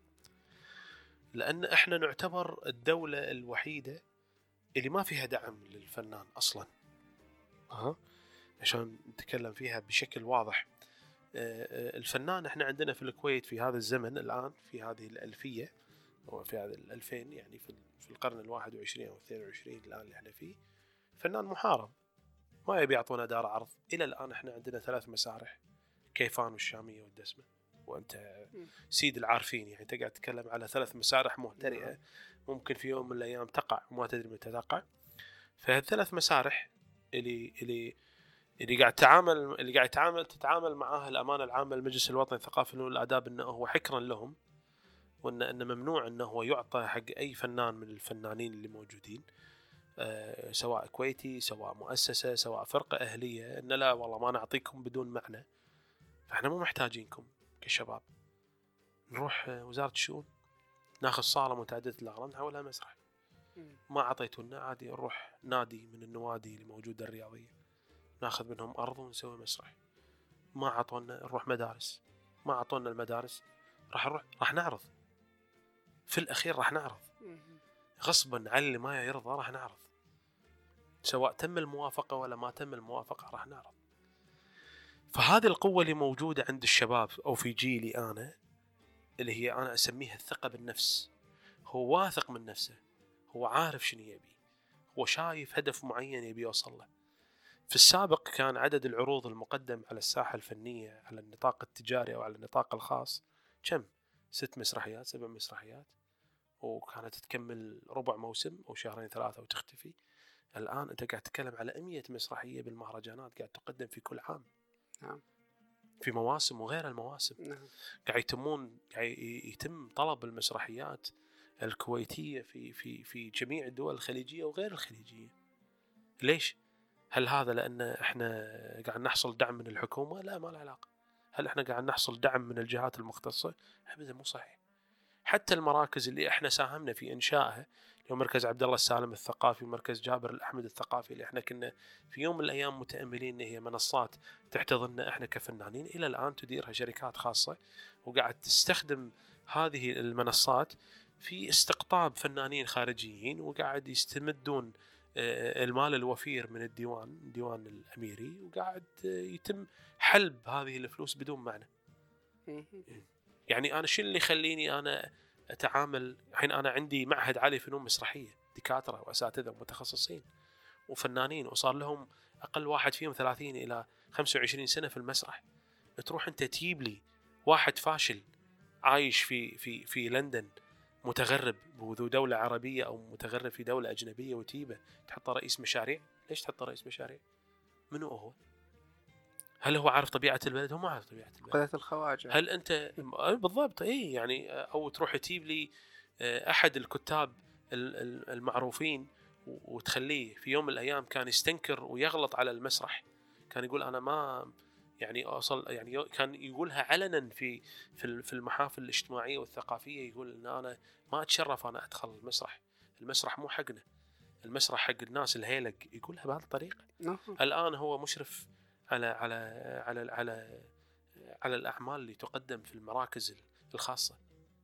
لأن إحنا نعتبر الدولة الوحيدة اللي ما فيها دعم للفنان أصلاً. أه؟ عشان نتكلم فيها بشكل واضح، الفنان إحنا عندنا في الكويت في هذا الزمن الآن، في هذه الألفية أو في هذا الألفين، يعني في القرن الواحد وعشرين أو اثنين وعشرين الآن اللي إحنا فيه، فنان محارب ما يبي يعطونا دار عرض. إلى الآن إحنا عندنا ثلاث مسارح، كيفان والشامية والدسمة، وأنت سيد العارفين. يعني أنت قاعد تتكلم على ثلاث مسارح مهترئة ممكن في يوم من الأيام تقع وما تدري متى تقع. فهالثلاث مسارح اللي اللي اللي قاعد تعامل اللي قاعد تعامل تتعامل معها الأمانة العامة للمجلس الوطني للثقافة والآداب إنه هو حكرا لهم، وإن إنه ممنوع إنه هو يعطى حق أي فنان من الفنانين اللي موجودين، أه سواء كويتي سواء مؤسسة سواء فرقة أهلية، إن لا والله ما نعطيكم بدون معنى، فإحنا مو محتاجينكم كشباب. نروح وزارة الشؤون ناخذ صالة متعددة الأغراض نحولها مسرح. ما عطيتونا عادي نروح نادي من النوادي اللي موجودة الرياضية ناخذ منهم أرض ونسوي مسرح. ما عطونا نروح مدارس، ما عطونا المدارس راح نروح راح نعرض. في الأخير راح نعرض غصبا على اللي ما يرضى، راح نعرض سواء تم الموافقة ولا ما تم الموافقة راح نعرض. فهذه القوة اللي موجودة عند الشباب أو في جيلي أنا، اللي هي أنا أسميها الثقة بالنفس. هو واثق من نفسه، هو عارف شنو يبي، هو شايف هدف معين يبي يوصل له. في السابق كان عدد العروض المقدم على الساحة الفنية على النطاق التجاري أو على النطاق الخاص كم؟ ست مسرحيات سبع مسرحيات، وكانت تكمل ربع موسم أو شهرين ثلاثة وتختفي. الآن أنت قاعد تتكلم على مئة مسرحية بالمهرجانات قاعد تقدم في كل عام.
نعم.
في مواسم وغير المواسم.
نعم.
قاعد يتمون قاعد يتم طلب المسرحيات الكويتية في في في جميع الدول الخليجية وغير الخليجية. ليش؟ هل هذا لأن إحنا قاعد نحصل دعم من الحكومة؟ لا، ما له علاقة. هل إحنا قاعد نحصل دعم من الجهات المختصة؟ أبدا مو صحيح. حتى المراكز اللي احنا ساهمنا في انشائها، اليوم مركز عبد الله السالم الثقافي ومركز جابر الأحمد الثقافي، اللي احنا كنا في يوم من الايام متاملين ان هي منصات تحتضننا احنا كفنانين، الى الان تديرها شركات خاصه، وقاعد تستخدم هذه المنصات في استقطاب فنانين خارجيين، وقاعد يستمدون المال الوفير من الديوان الديوان الأميري، وقاعد يتم حلب هذه الفلوس بدون معنى. يعني أنا شو اللي يخليني أنا أتعامل الحين؟ أنا عندي معهد عالي فنون مسرحية، دكاترة وأساتذة ومتخصصين وفنانين، وصار لهم أقل واحد فيهم ثلاثين إلى خمسة وعشرين سنة في المسرح. تروح أنت تجيب لي واحد فاشل عايش في في في لندن، متغرب بذو دولة عربية أو متغرب في دولة أجنبية، وتيبه تحطه رئيس مشاريع؟ ليش تحطه رئيس مشاريع؟ منو هو؟ هل هو عارف طبيعة البلد؟ هو ما عارف طبيعة البلد.
قضية الخواجة.
هل أنت بالضبط؟ إيه يعني، أو تروح تجيب لي أحد الكتاب المعروفين وتخليه في يوم من الأيام كان يستنكر ويغلط على المسرح، كان يقول أنا ما يعني أصل يعني كان يقولها علنا في في المحافل الاجتماعية والثقافية، يقول إن أنا ما أتشرف أنا أدخل المسرح، المسرح مو حقنا، المسرح حق الناس الهيلق، يقولها بهذه الطريقة. الآن هو مشرف على على على على على الأعمال اللي تقدم في المراكز الخاصة.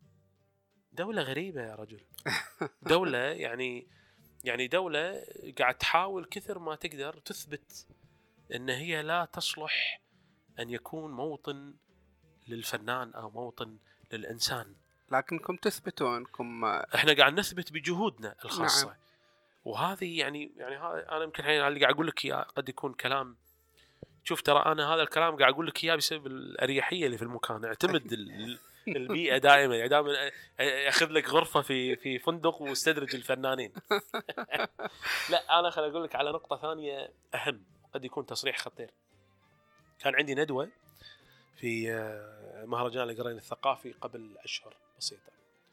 دولة غريبة يا رجل. دولة يعني يعني دولة قاعد تحاول كثر ما تقدر تثبت إن هي لا تصلح أن يكون موطن للفنان أو موطن للإنسان،
لكنكم تثبتون أنكم
إحنا قاعد نثبت بجهودنا الخاصة. نعم. وهذه يعني يعني هذا أنا يمكن الحين اللي قاعد أقول لك إياه قد يكون كلام، شوف ترى أنا هذا الكلام قاعد أقول لك إياه بسبب الأريحية اللي في المكان. اعتمد البيئة دائما، يعني دائما أخذ لك غرفة في في فندق واستدرج الفنانين. لا أنا خل أقول لك على نقطة ثانية أهم، قد يكون تصريح خطير. كان عندي ندوة في مهرجان القرين الثقافي قبل أشهر بسيطة،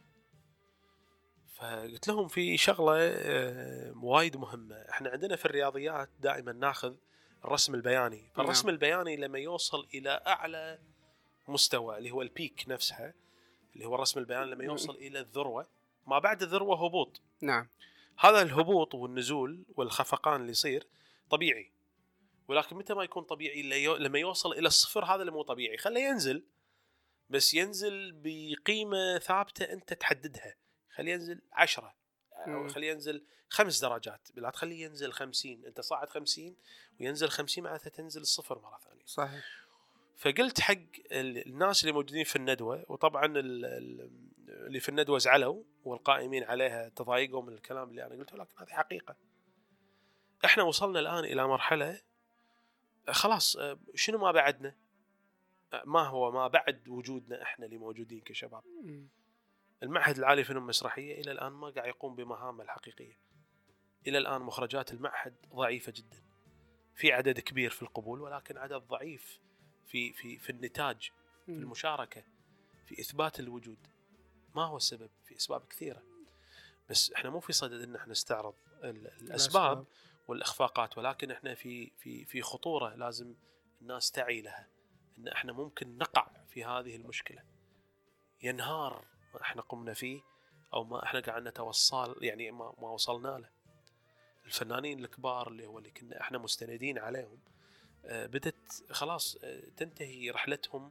فقلت لهم في شغلة وايد مهمة. احنا عندنا في الرياضيات دائما ناخذ الرسم البياني، فالرسم البياني لما يوصل إلى أعلى مستوى اللي هو البيك نفسها، اللي هو الرسم البياني لما يوصل إلى الذروة، ما بعد الذروة هبوط.
نعم.
هذا الهبوط والنزول والخفقان اللي يصير طبيعي، ولكن متى ما يكون طبيعي لما يوصل إلى الصفر، هذا اللي مو طبيعي. خليه ينزل، بس ينزل بقيمة ثابتة أنت تحددها. خليه ينزل عشرة أو خليه ينزل خمس درجات، بلا تخليه ينزل خمسين. أنت صاعد خمسين وينزل خمسين، معناتها تنزل الصفر مرة ثانية.
صحيح.
فقلت حق الناس اللي موجودين في الندوة، وطبعا اللي في الندوة زعلوا والقائمين عليها تضايقوا من الكلام اللي أنا قلته، لكن هذه حقيقة. إحنا وصلنا الآن إلى مرحلة خلاص، شنو ما بعدنا؟ ما هو ما بعد وجودنا إحنا اللي موجودين كشباب؟ المعهد العالي فنون مسرحية إلى الآن ما قاعد يقوم بمهامه الحقيقية. إلى الآن مخرجات المعهد ضعيفة جدا، في عدد كبير في القبول، ولكن عدد ضعيف في في في النتاج، في المشاركة، في إثبات الوجود. ما هو السبب؟ في أسباب كثيرة، بس إحنا مو في صدد إن إحنا نستعرض الأسباب والإخفاقات، ولكن إحنا في في في خطورة لازم الناس تعي لها، إن إحنا ممكن نقع في هذه المشكلة، ينهار ما إحنا قمنا فيه أو ما إحنا قاعد نتوصل، يعني ما ما وصلنا له. الفنانين الكبار اللي هو اللي كنا إحنا مستندين عليهم، بدت خلاص تنتهي رحلتهم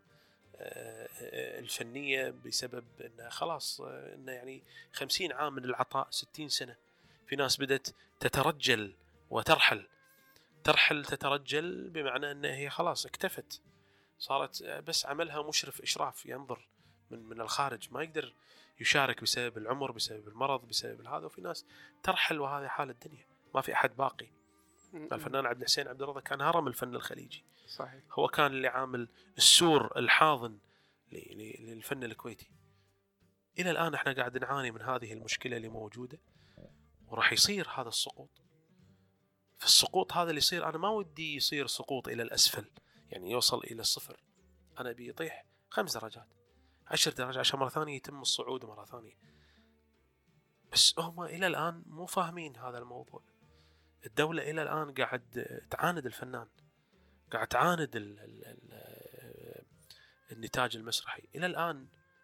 الفنية بسبب إنه خلاص إنه يعني خمسين عام من العطاء، ستين سنة. في ناس بدت تترجل وترحل، ترحل تترجل بمعنى أنها هي خلاص اكتفت، صارت بس عملها مشرف إشراف ينظر من من الخارج، ما يقدر يشارك بسبب العمر، بسبب المرض، بسبب هذا. وفي ناس ترحل وهذه حال الدنيا، ما في أحد باقي. الفنان عبد الحسين عبد الرضا كان هرم الفن الخليجي.
صحيح.
هو كان اللي عامل السور الحاضن للفن الكويتي. إلى الآن احنا قاعد نعاني من هذه المشكلة اللي موجودة، وراح يصير هذا السقوط. في السقوط هذا اللي يصير، أنا ما ودي يصير سقوط إلى الأسفل، يعني يوصل إلى الصفر. أنا بيطيح خمس درجات، عشر درجات، عشان مرة ثانية يتم الصعود مرة ثانية. بس هم إلى الآن مو فاهمين هذا الموضوع. الدولة إلى الآن قاعد تعاند الفنان، قاعد تعاند ال ال ال النتاج المسرحي. إلى الآن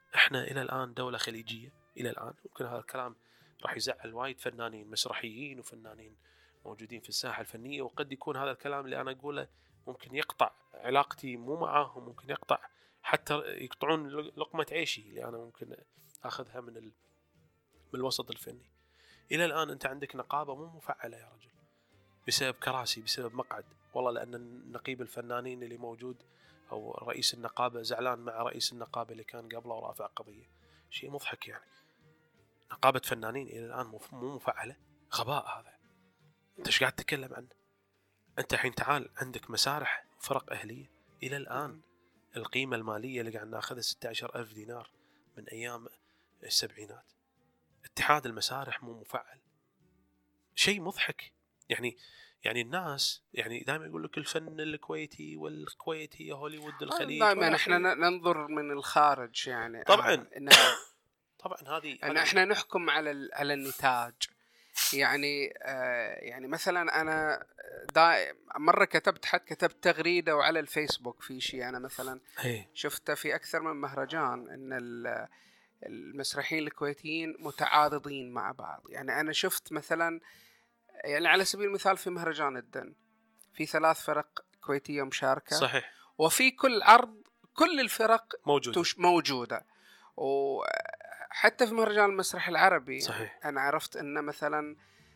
احنا الى الان دوله خليجيه الى الان. ممكن هذا الكلام راح يزعل وايد فنانين مسرحيين وفنانين موجودين في الساحه الفنيه، وقد يكون هذا الكلام اللي انا اقوله ممكن يقطع علاقتي مو معاهم، ممكن يقطع حتى يقطعون لقمه عيشي اللي انا ممكن اخذها من ال... من الوسط الفني. الى الان انت عندك نقابه مو مفعله يا رجل بسبب كراسي، بسبب مقعد. والله لان نقيب الفنانين اللي موجود او رئيس النقابه زعلان مع رئيس النقابه اللي كان قبله ورافع قضيه. شيء مضحك يعني. نقابه فنانين الى الان مو مفعله، غباء هذا. انت ايش قاعد تتكلم عنه؟ انت الحين تعال عندك مسارح وفرق اهليه الى الان القيمه الماليه اللي قاعد ناخذها ستة عشر ألف دينار من ايام السبعينات. اتحاد المسارح مو مفعل. شيء مضحك يعني. يعني الناس يعني دائما يقول لك الفن الكويتي والكويت هي هوليوود الخليج.
دائما احنا ننظر من الخارج يعني.
طبعا
آه
طبعا هذه
ان احنا نحكم على على النتاج يعني. آه يعني مثلا انا دائما مره كتبت حد كتبت تغريده وعلى الفيسبوك في شيء انا مثلا شفته في اكثر من مهرجان ان المسرحيين الكويتيين متعاضدين مع بعض. يعني انا شفت مثلا يعني على سبيل المثال في مهرجان الدن في ثلاث فرق كويتية مشاركة
صحيح،
وفي كل عرض كل الفرق
موجودة,
موجودة. وحتى في مهرجان المسرح العربي
صحيح.
أنا عرفت أن مثلا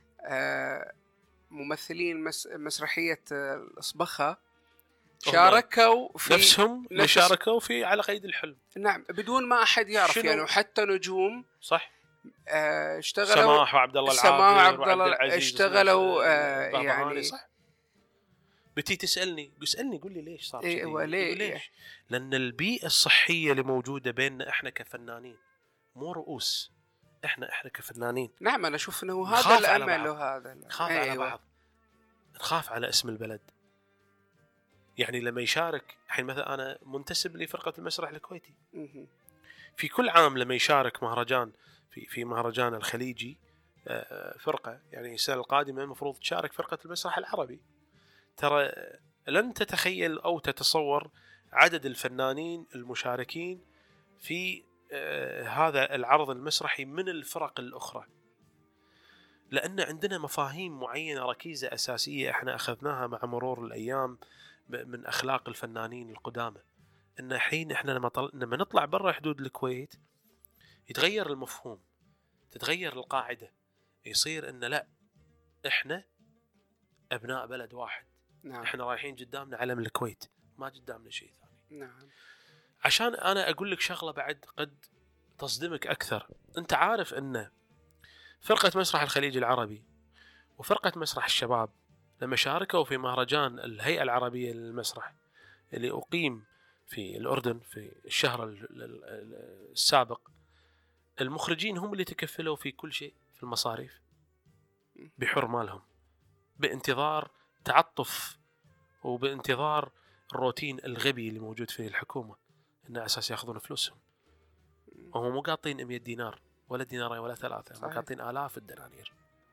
ممثلين مسرحية الأصبخة شاركوا في
نفسهم اللي شاركوا في على قيد الحلم.
نعم بدون ما أحد يعرف يعني. وحتى نجوم
صح
اشتغلوا
سماح وعبد الله العابد وعبد العزيز
اشتغلوا آه يعني
صح. بتي تسألني اسألني قول لي ليش صار
إيه
كذي؟
ليه؟
ليش؟ لأن البيئة الصحية اللي موجودة بيننا احنا كفنانين مو رؤوس. احنا احنا كفنانين
نعم أنا أشوف إنه هذا الأمل وهذا
نخاف أيوة. على بعض، نخاف على اسم البلد. يعني لما يشارك الحين مثلا أنا منتسب لفرقة المسرح الكويتي، في كل عام لما يشارك مهرجان في في مهرجان الخليجي فرقة، يعني السنة القادمة المفروض تشارك فرقة المسرح العربي. ترى لن تتخيل أو تتصور عدد الفنانين المشاركين في هذا العرض المسرحي من الفرق الأخرى، لأن عندنا مفاهيم معينة ركيزة أساسية احنا أخذناها مع مرور الأيام من أخلاق الفنانين القدامى. إن حين إحنا لما, طل... لما نطلع برا حدود الكويت يتغير المفهوم، تتغير القاعدة، يصير إن لا إحنا أبناء بلد واحد.
نعم.
إحنا رايحين قدامنا علم الكويت، ما قدامنا شيء ثاني.
نعم.
عشان أنا أقول لك شغلة بعد قد تصدمك أكثر. أنت عارف إن فرقة مسرح الخليج العربي وفرقة مسرح الشباب لما شاركوا في مهرجان الهيئة العربية للمسرح اللي أقيم في الأردن في الشهر السابق، المخرجين هم اللي تكفلوا في كل شيء في المصاريف بحر مالهم، بانتظار تعطف وبانتظار الروتين الغبي اللي موجود في الحكومة إنه أساس يأخذون فلوسهم. وهم مو قاطين مئة دينار ولا دينارين ولا ثلاثة، هم قاطين آلاف الدنانير.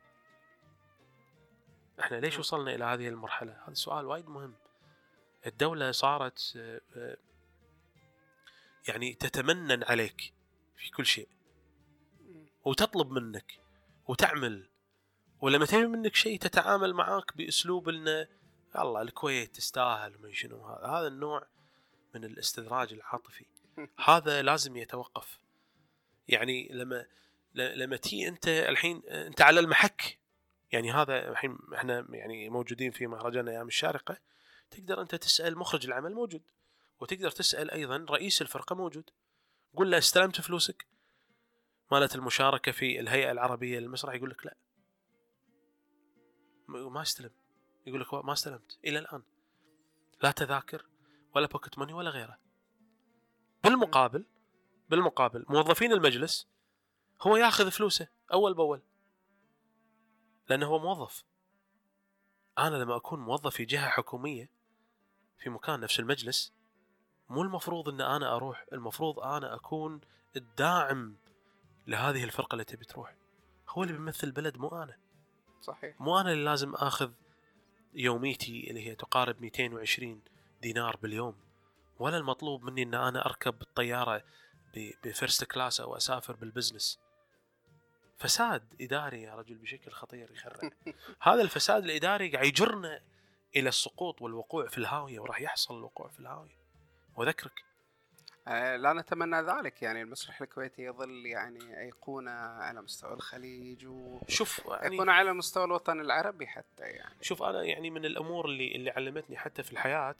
احنا ليش وصلنا إلى هذه المرحلة؟ هذا سؤال وايد مهم. الدولة صارت يعني تتمنن عليك في كل شيء وتطلب منك وتعمل، ولما تبي منك شيء تتعامل معاك بأسلوب إنه الله الكويت تستاهل من شنو. هذا هذا النوع من الاستدراج العاطفي هذا لازم يتوقف. يعني لما لما تي أنت الحين أنت على المحك، يعني هذا الحين احنا يعني موجودين في مهرجان أيام الشارقة، تقدر أنت تسأل مخرج العمل موجود، وتقدر تسأل أيضا رئيس الفرقة موجود، قل له استلمت فلوسك مالت المشاركة في الهيئة العربية للمسرح؟ يقول لك لا ما استلم، يقول لك ما استلمت إلى الآن، لا تذاكر ولا بوكت ماني ولا غيره. بالمقابل بالمقابل موظفين المجلس هو ياخذ فلوسه أول بأول لأنه هو موظف. أنا لما أكون موظف في جهة حكومية في مكان نفس المجلس، مو المفروض أن أنا أروح، المفروض أنا أكون الداعم لهذه الفرقة اللي تبي تروح. هو اللي بيمثل البلد مو أنا.
صحيح.
مو أنا اللي لازم أخذ يوميتي اللي هي تقارب مئتين وعشرين دينار باليوم، ولا المطلوب مني أن أنا أركب الطيارة بفيرست كلاس أو أسافر بالبزنس. فساد إداري يا رجل بشكل خطير يخرع. هذا الفساد الإداري قاعد يجرنا إلى السقوط والوقوع في الهاوية، وراح يحصل الوقوع في الهاوية. وذكرك
آه لا نتمنى ذلك، يعني المسرح الكويتي يظل يعني أيقونة على مستوى الخليج
وشوف يعني
أيقونة على مستوى الوطن العربي حتى. يعني
شوف أنا يعني من الأمور اللي اللي علمتني حتى في الحياة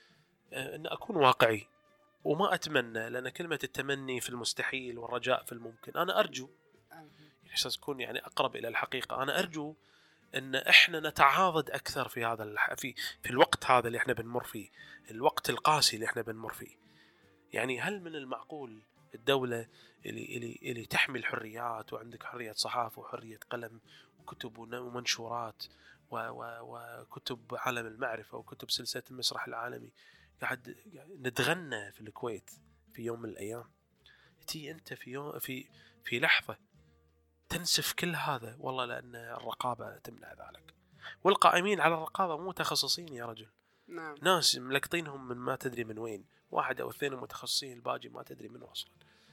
آه أن أكون واقعي وما أتمنى، لأن كلمة التمني في المستحيل والرجاء في الممكن. أنا أرجو إحساس أكون يعني أقرب إلى الحقيقة. أنا أرجو أن إحنا نتعاضد أكثر في هذا الح... في في الوقت هذا اللي إحنا بنمر فيه، الوقت القاسي اللي إحنا بنمر فيه. يعني هل من المعقول الدولة اللي اللي اللي تحمي الحريات، وعندك حرية صحافة وحرية قلم وكتب ومنشورات و... و... وكتب عالم المعرفة وكتب سلسلة المسرح العالمي، قاعد نتغنى في الكويت في يوم من الأيام تي أنت في يوم في في لحظة تنسف كل هذا؟ والله لأن الرقابة تمنع ذلك، والقائمين على الرقابة مو متخصصين يا رجل.
نعم.
ناس ملقطينهم من ما تدري من وين، واحد أو اثنين متخصصين، الباقي ما تدري منه أصلا.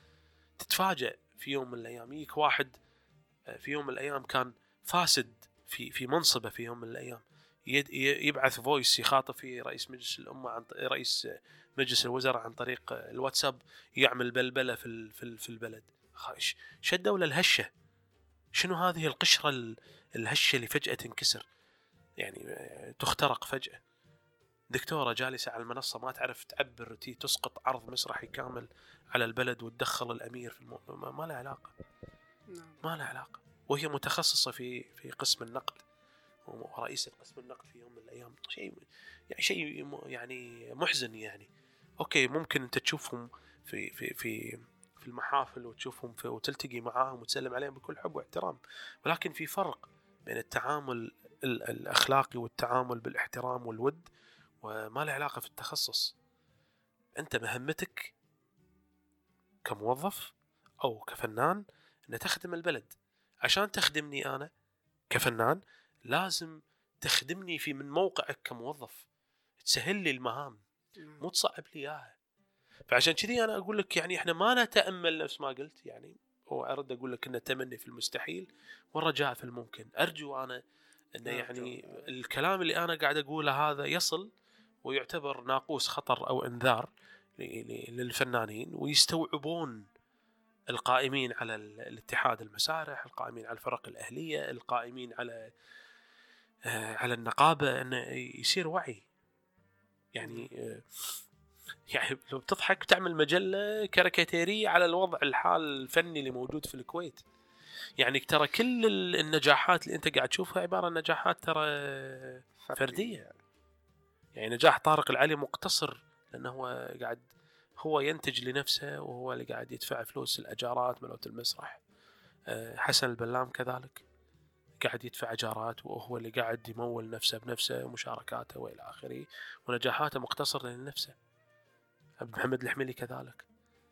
تتفاجأ في يوم من الأيام يجيك واحد في يوم من الأيام كان فاسد في في منصبه، في يوم من الأيام يبعث فويس يخاطب فيه رئيس مجلس الأمة عن رئيس مجلس الوزراء عن طريق الواتساب، يعمل بلبلة في في البلد. شو الدولة الهشة؟ شنو هذه القشرة الهشة اللي فجأة تنكسر، يعني تخترق فجأة؟ دكتورة جالسة على المنصة ما تعرف تعبر، تي تسقط عرض مسرحي كامل على البلد وتدخل الأمير في الموضوع. ما, ما له علاقة، ما له علاقة. وهي متخصصة في في قسم النقد، ورئيسة قسم النقد في يوم من الأيام. شيء يعني شيء يعني محزن. يعني أوكي ممكن أنت تشوفهم في في في في المحافل وتشوفهم في وتلتقي معاهم وتسلم عليهم بكل حب واحترام، ولكن في فرق بين التعامل الأخلاقي والتعامل بالاحترام والود، وما له علاقة في التخصص. أنت مهمتك كموظف أو كفنان أن تخدم البلد. عشان تخدمني أنا كفنان لازم تخدمني في من موقعك كموظف، تسهل لي المهام مو تصعب لي إياها. فعشان كذي أنا أقول لك يعني إحنا ما نتأمل نفس ما قلت، يعني وأرد أقول لك إن التمني في المستحيل والرجاء في الممكن. أرجو أنا إن يعني الكلام اللي أنا قاعد أقوله هذا يصل ويعتبر ناقوس خطر أو إنذار للفنانين، ويستوعبون القائمين على الاتحاد المسارح، القائمين على الفرق الأهلية، القائمين على على النقابة، أن يصير وعي. يعني يعني لو بتضحك تعمل مجلة كاريكاتيرية على الوضع الحال الفني اللي موجود في الكويت. يعني ترى كل النجاحات اللي أنت قاعد تشوفها عبارة عن نجاحات ترى فردية. يعني نجاح طارق العلي مقتصر لأنه هو قاعد هو ينتج لنفسه، وهو اللي قاعد يدفع فلوس الأجارات ملوت المسرح. حسن البلام كذلك قاعد يدفع أجارات، وهو اللي قاعد يمول نفسه بنفسه ومشاركاته وإلى آخره، ونجاحاته مقتصرة لنفسه. عبد محمد الحميلي كذلك،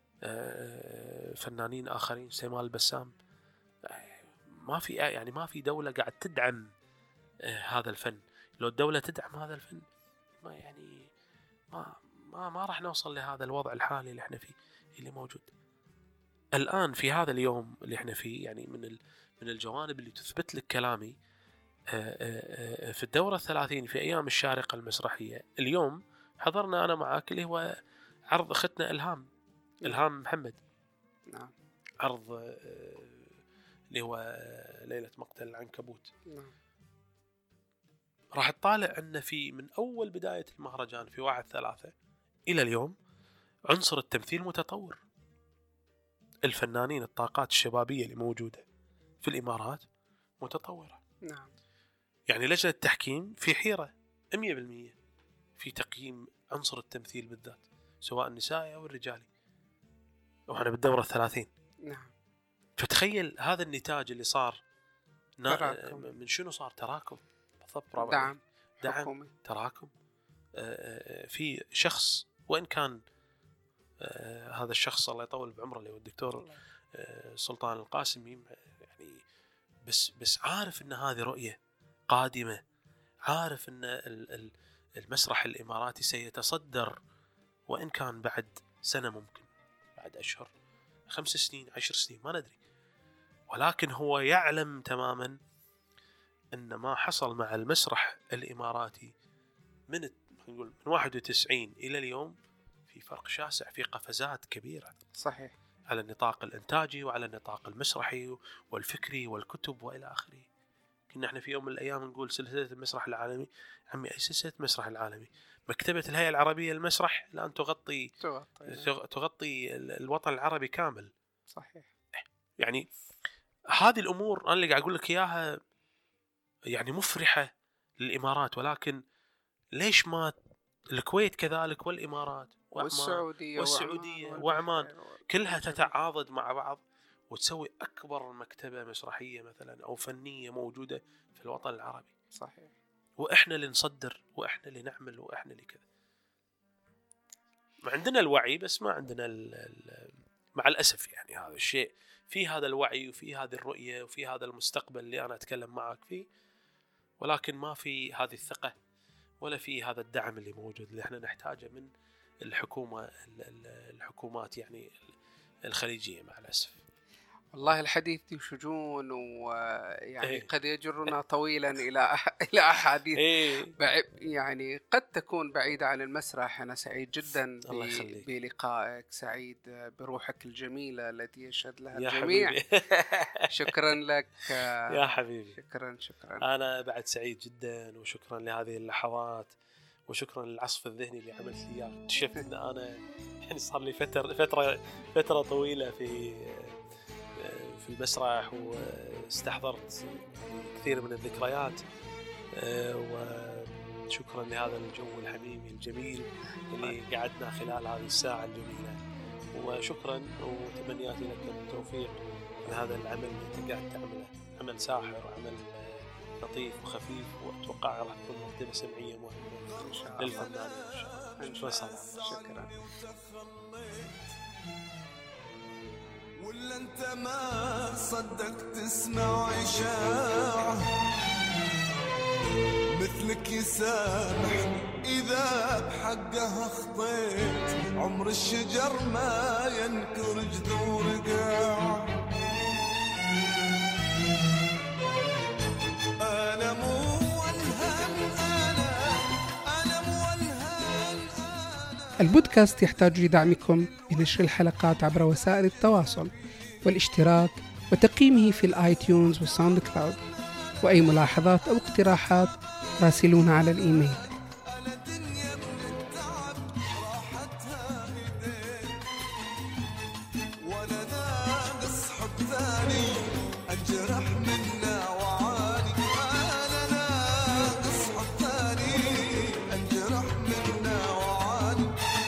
فنانين آخرين، سيمال البسام. ما في يعني ما في دولة قاعد تدعم هذا الفن. لو الدولة تدعم هذا الفن ما يعني ما ما ما راح نوصل لهذا الوضع الحالي اللي احنا فيه اللي موجود الآن في هذا اليوم اللي احنا فيه. يعني من من الجوانب اللي تثبت لك كلامي، في الدورة الثلاثين في أيام الشارقة المسرحية اليوم حضرنا أنا معاك اللي هو عرض أختنا إلهام إلهام محمد.
نعم.
عرض اللي هو ليلة مقتل العنكبوت.
نعم.
راح تطالع أن في من أول بداية المهرجان في واحد ثلاثة إلى اليوم عنصر التمثيل متطور. الفنانين الطاقات الشبابية اللي موجودة في الإمارات متطورة.
نعم.
يعني لجنة التحكيم في حيرة مية بالمية في تقييم عنصر التمثيل بالذات، سواء النسائي أو الرجالي، وإحنا بالدورة الثلاثين.
نعم.
فتخيل هذا النتاج اللي صار نا... من شنو صار؟ تراكم. بالضبط.
دعم
دعم
حكومي.
تراكم. في شخص وإن كان هذا الشخص الله يطول بعمره اللي هو الدكتور سلطان القاسمي، يعني بس بس عارف ان هذه رؤية قادمة، عارف ان المسرح الإماراتي سيتصدر، وإن كان بعد سنة ممكن بعد أشهر خمس سنين عشر سنين ما ندري، ولكن هو يعلم تماما أن ما حصل مع المسرح الإماراتي من نقول من واحد وتسعين إلى اليوم في فرق شاسع، في قفزات كبيرة
صحيح
على النطاق الإنتاجي وعلى النطاق المسرحي والفكري والكتب وإلى آخره. كنا احنا في يوم من الأيام نقول سلسلة المسرح العالمي، عمي أي سلسلة المسرح العالمي؟ مكتبة الهيئة العربية للمسرح الآن تغطي تغطي, تغطي الوطن العربي كامل.
صحيح.
يعني هذه الأمور أنا اللي قاعد أقول لك إياها يعني مفرحة للإمارات، ولكن ليش ما الكويت كذلك والإمارات
والسعودية
والسعودية وعمان كلها تتعاضد مع بعض وتسوي أكبر مكتبة مسرحية مثلا أو فنية موجودة في الوطن العربي؟
صحيح.
وإحنا اللي نصدر وإحنا اللي نعمل وإحنا اللي كذا. ما عندنا الوعي بس ما عندنا ال ال مع الأسف يعني هذا الشيء، في هذا الوعي وفي هذه الرؤية وفي هذا المستقبل اللي أنا أتكلم معك فيه، ولكن ما في هذه الثقة ولا في هذا الدعم اللي موجود اللي احنا نحتاجه من الحكومة الحكومات يعني الخليجية مع الأسف.
والله الحديث ذي شجون ويعني
إيه.
قد يجرنا طويلا إلى أح... إلى أحاديث
إيه.
بع... يعني قد تكون بعيدة عن المسرح. أنا سعيد جدا ب... بلقائك، سعيد بروحك الجميلة التي يشهد لها
يا
الجميع.
حبيبي.
شكرا لك
يا حبيبي.
شكرا شكرا.
أنا بعد سعيد جدا، وشكرا لهذه اللحظات، وشكرا للعصف الذهني اللي عملت لي إياه. اكتشفت أن أنا يعني صار لي فترة فترة فترة طويلة في في المسرح، واستحضرت كثير من الذكريات، وشكرا لهذا الجو الحميمي الجميل اللي قعدنا خلال هذه الساعة الجميلة، وشكرا وتمنياتي لك التوفيق في هذا العمل اللي انت قاعد تعمله. عمل ساحر وعمل لطيف وخفيف، واتوقع راح تكون مكتبة سمعية مهمة للفنان ان شاء الله.
شكرا.
ولا انت ما صدق تسمع إشاعة مثلك يسامحني إذا بحقها خطيت، عمر الشجر ما ينكر جذور قاع. أنا مو والهن أنا أنا مو والهن أنا.
البودكاست يحتاج لدعمكم بنشر الحلقات عبر وسائل التواصل والاشتراك وتقييمه في الآي تيونز والساوند كلاود. وأي ملاحظات أو اقتراحات راسلونا على الإيميل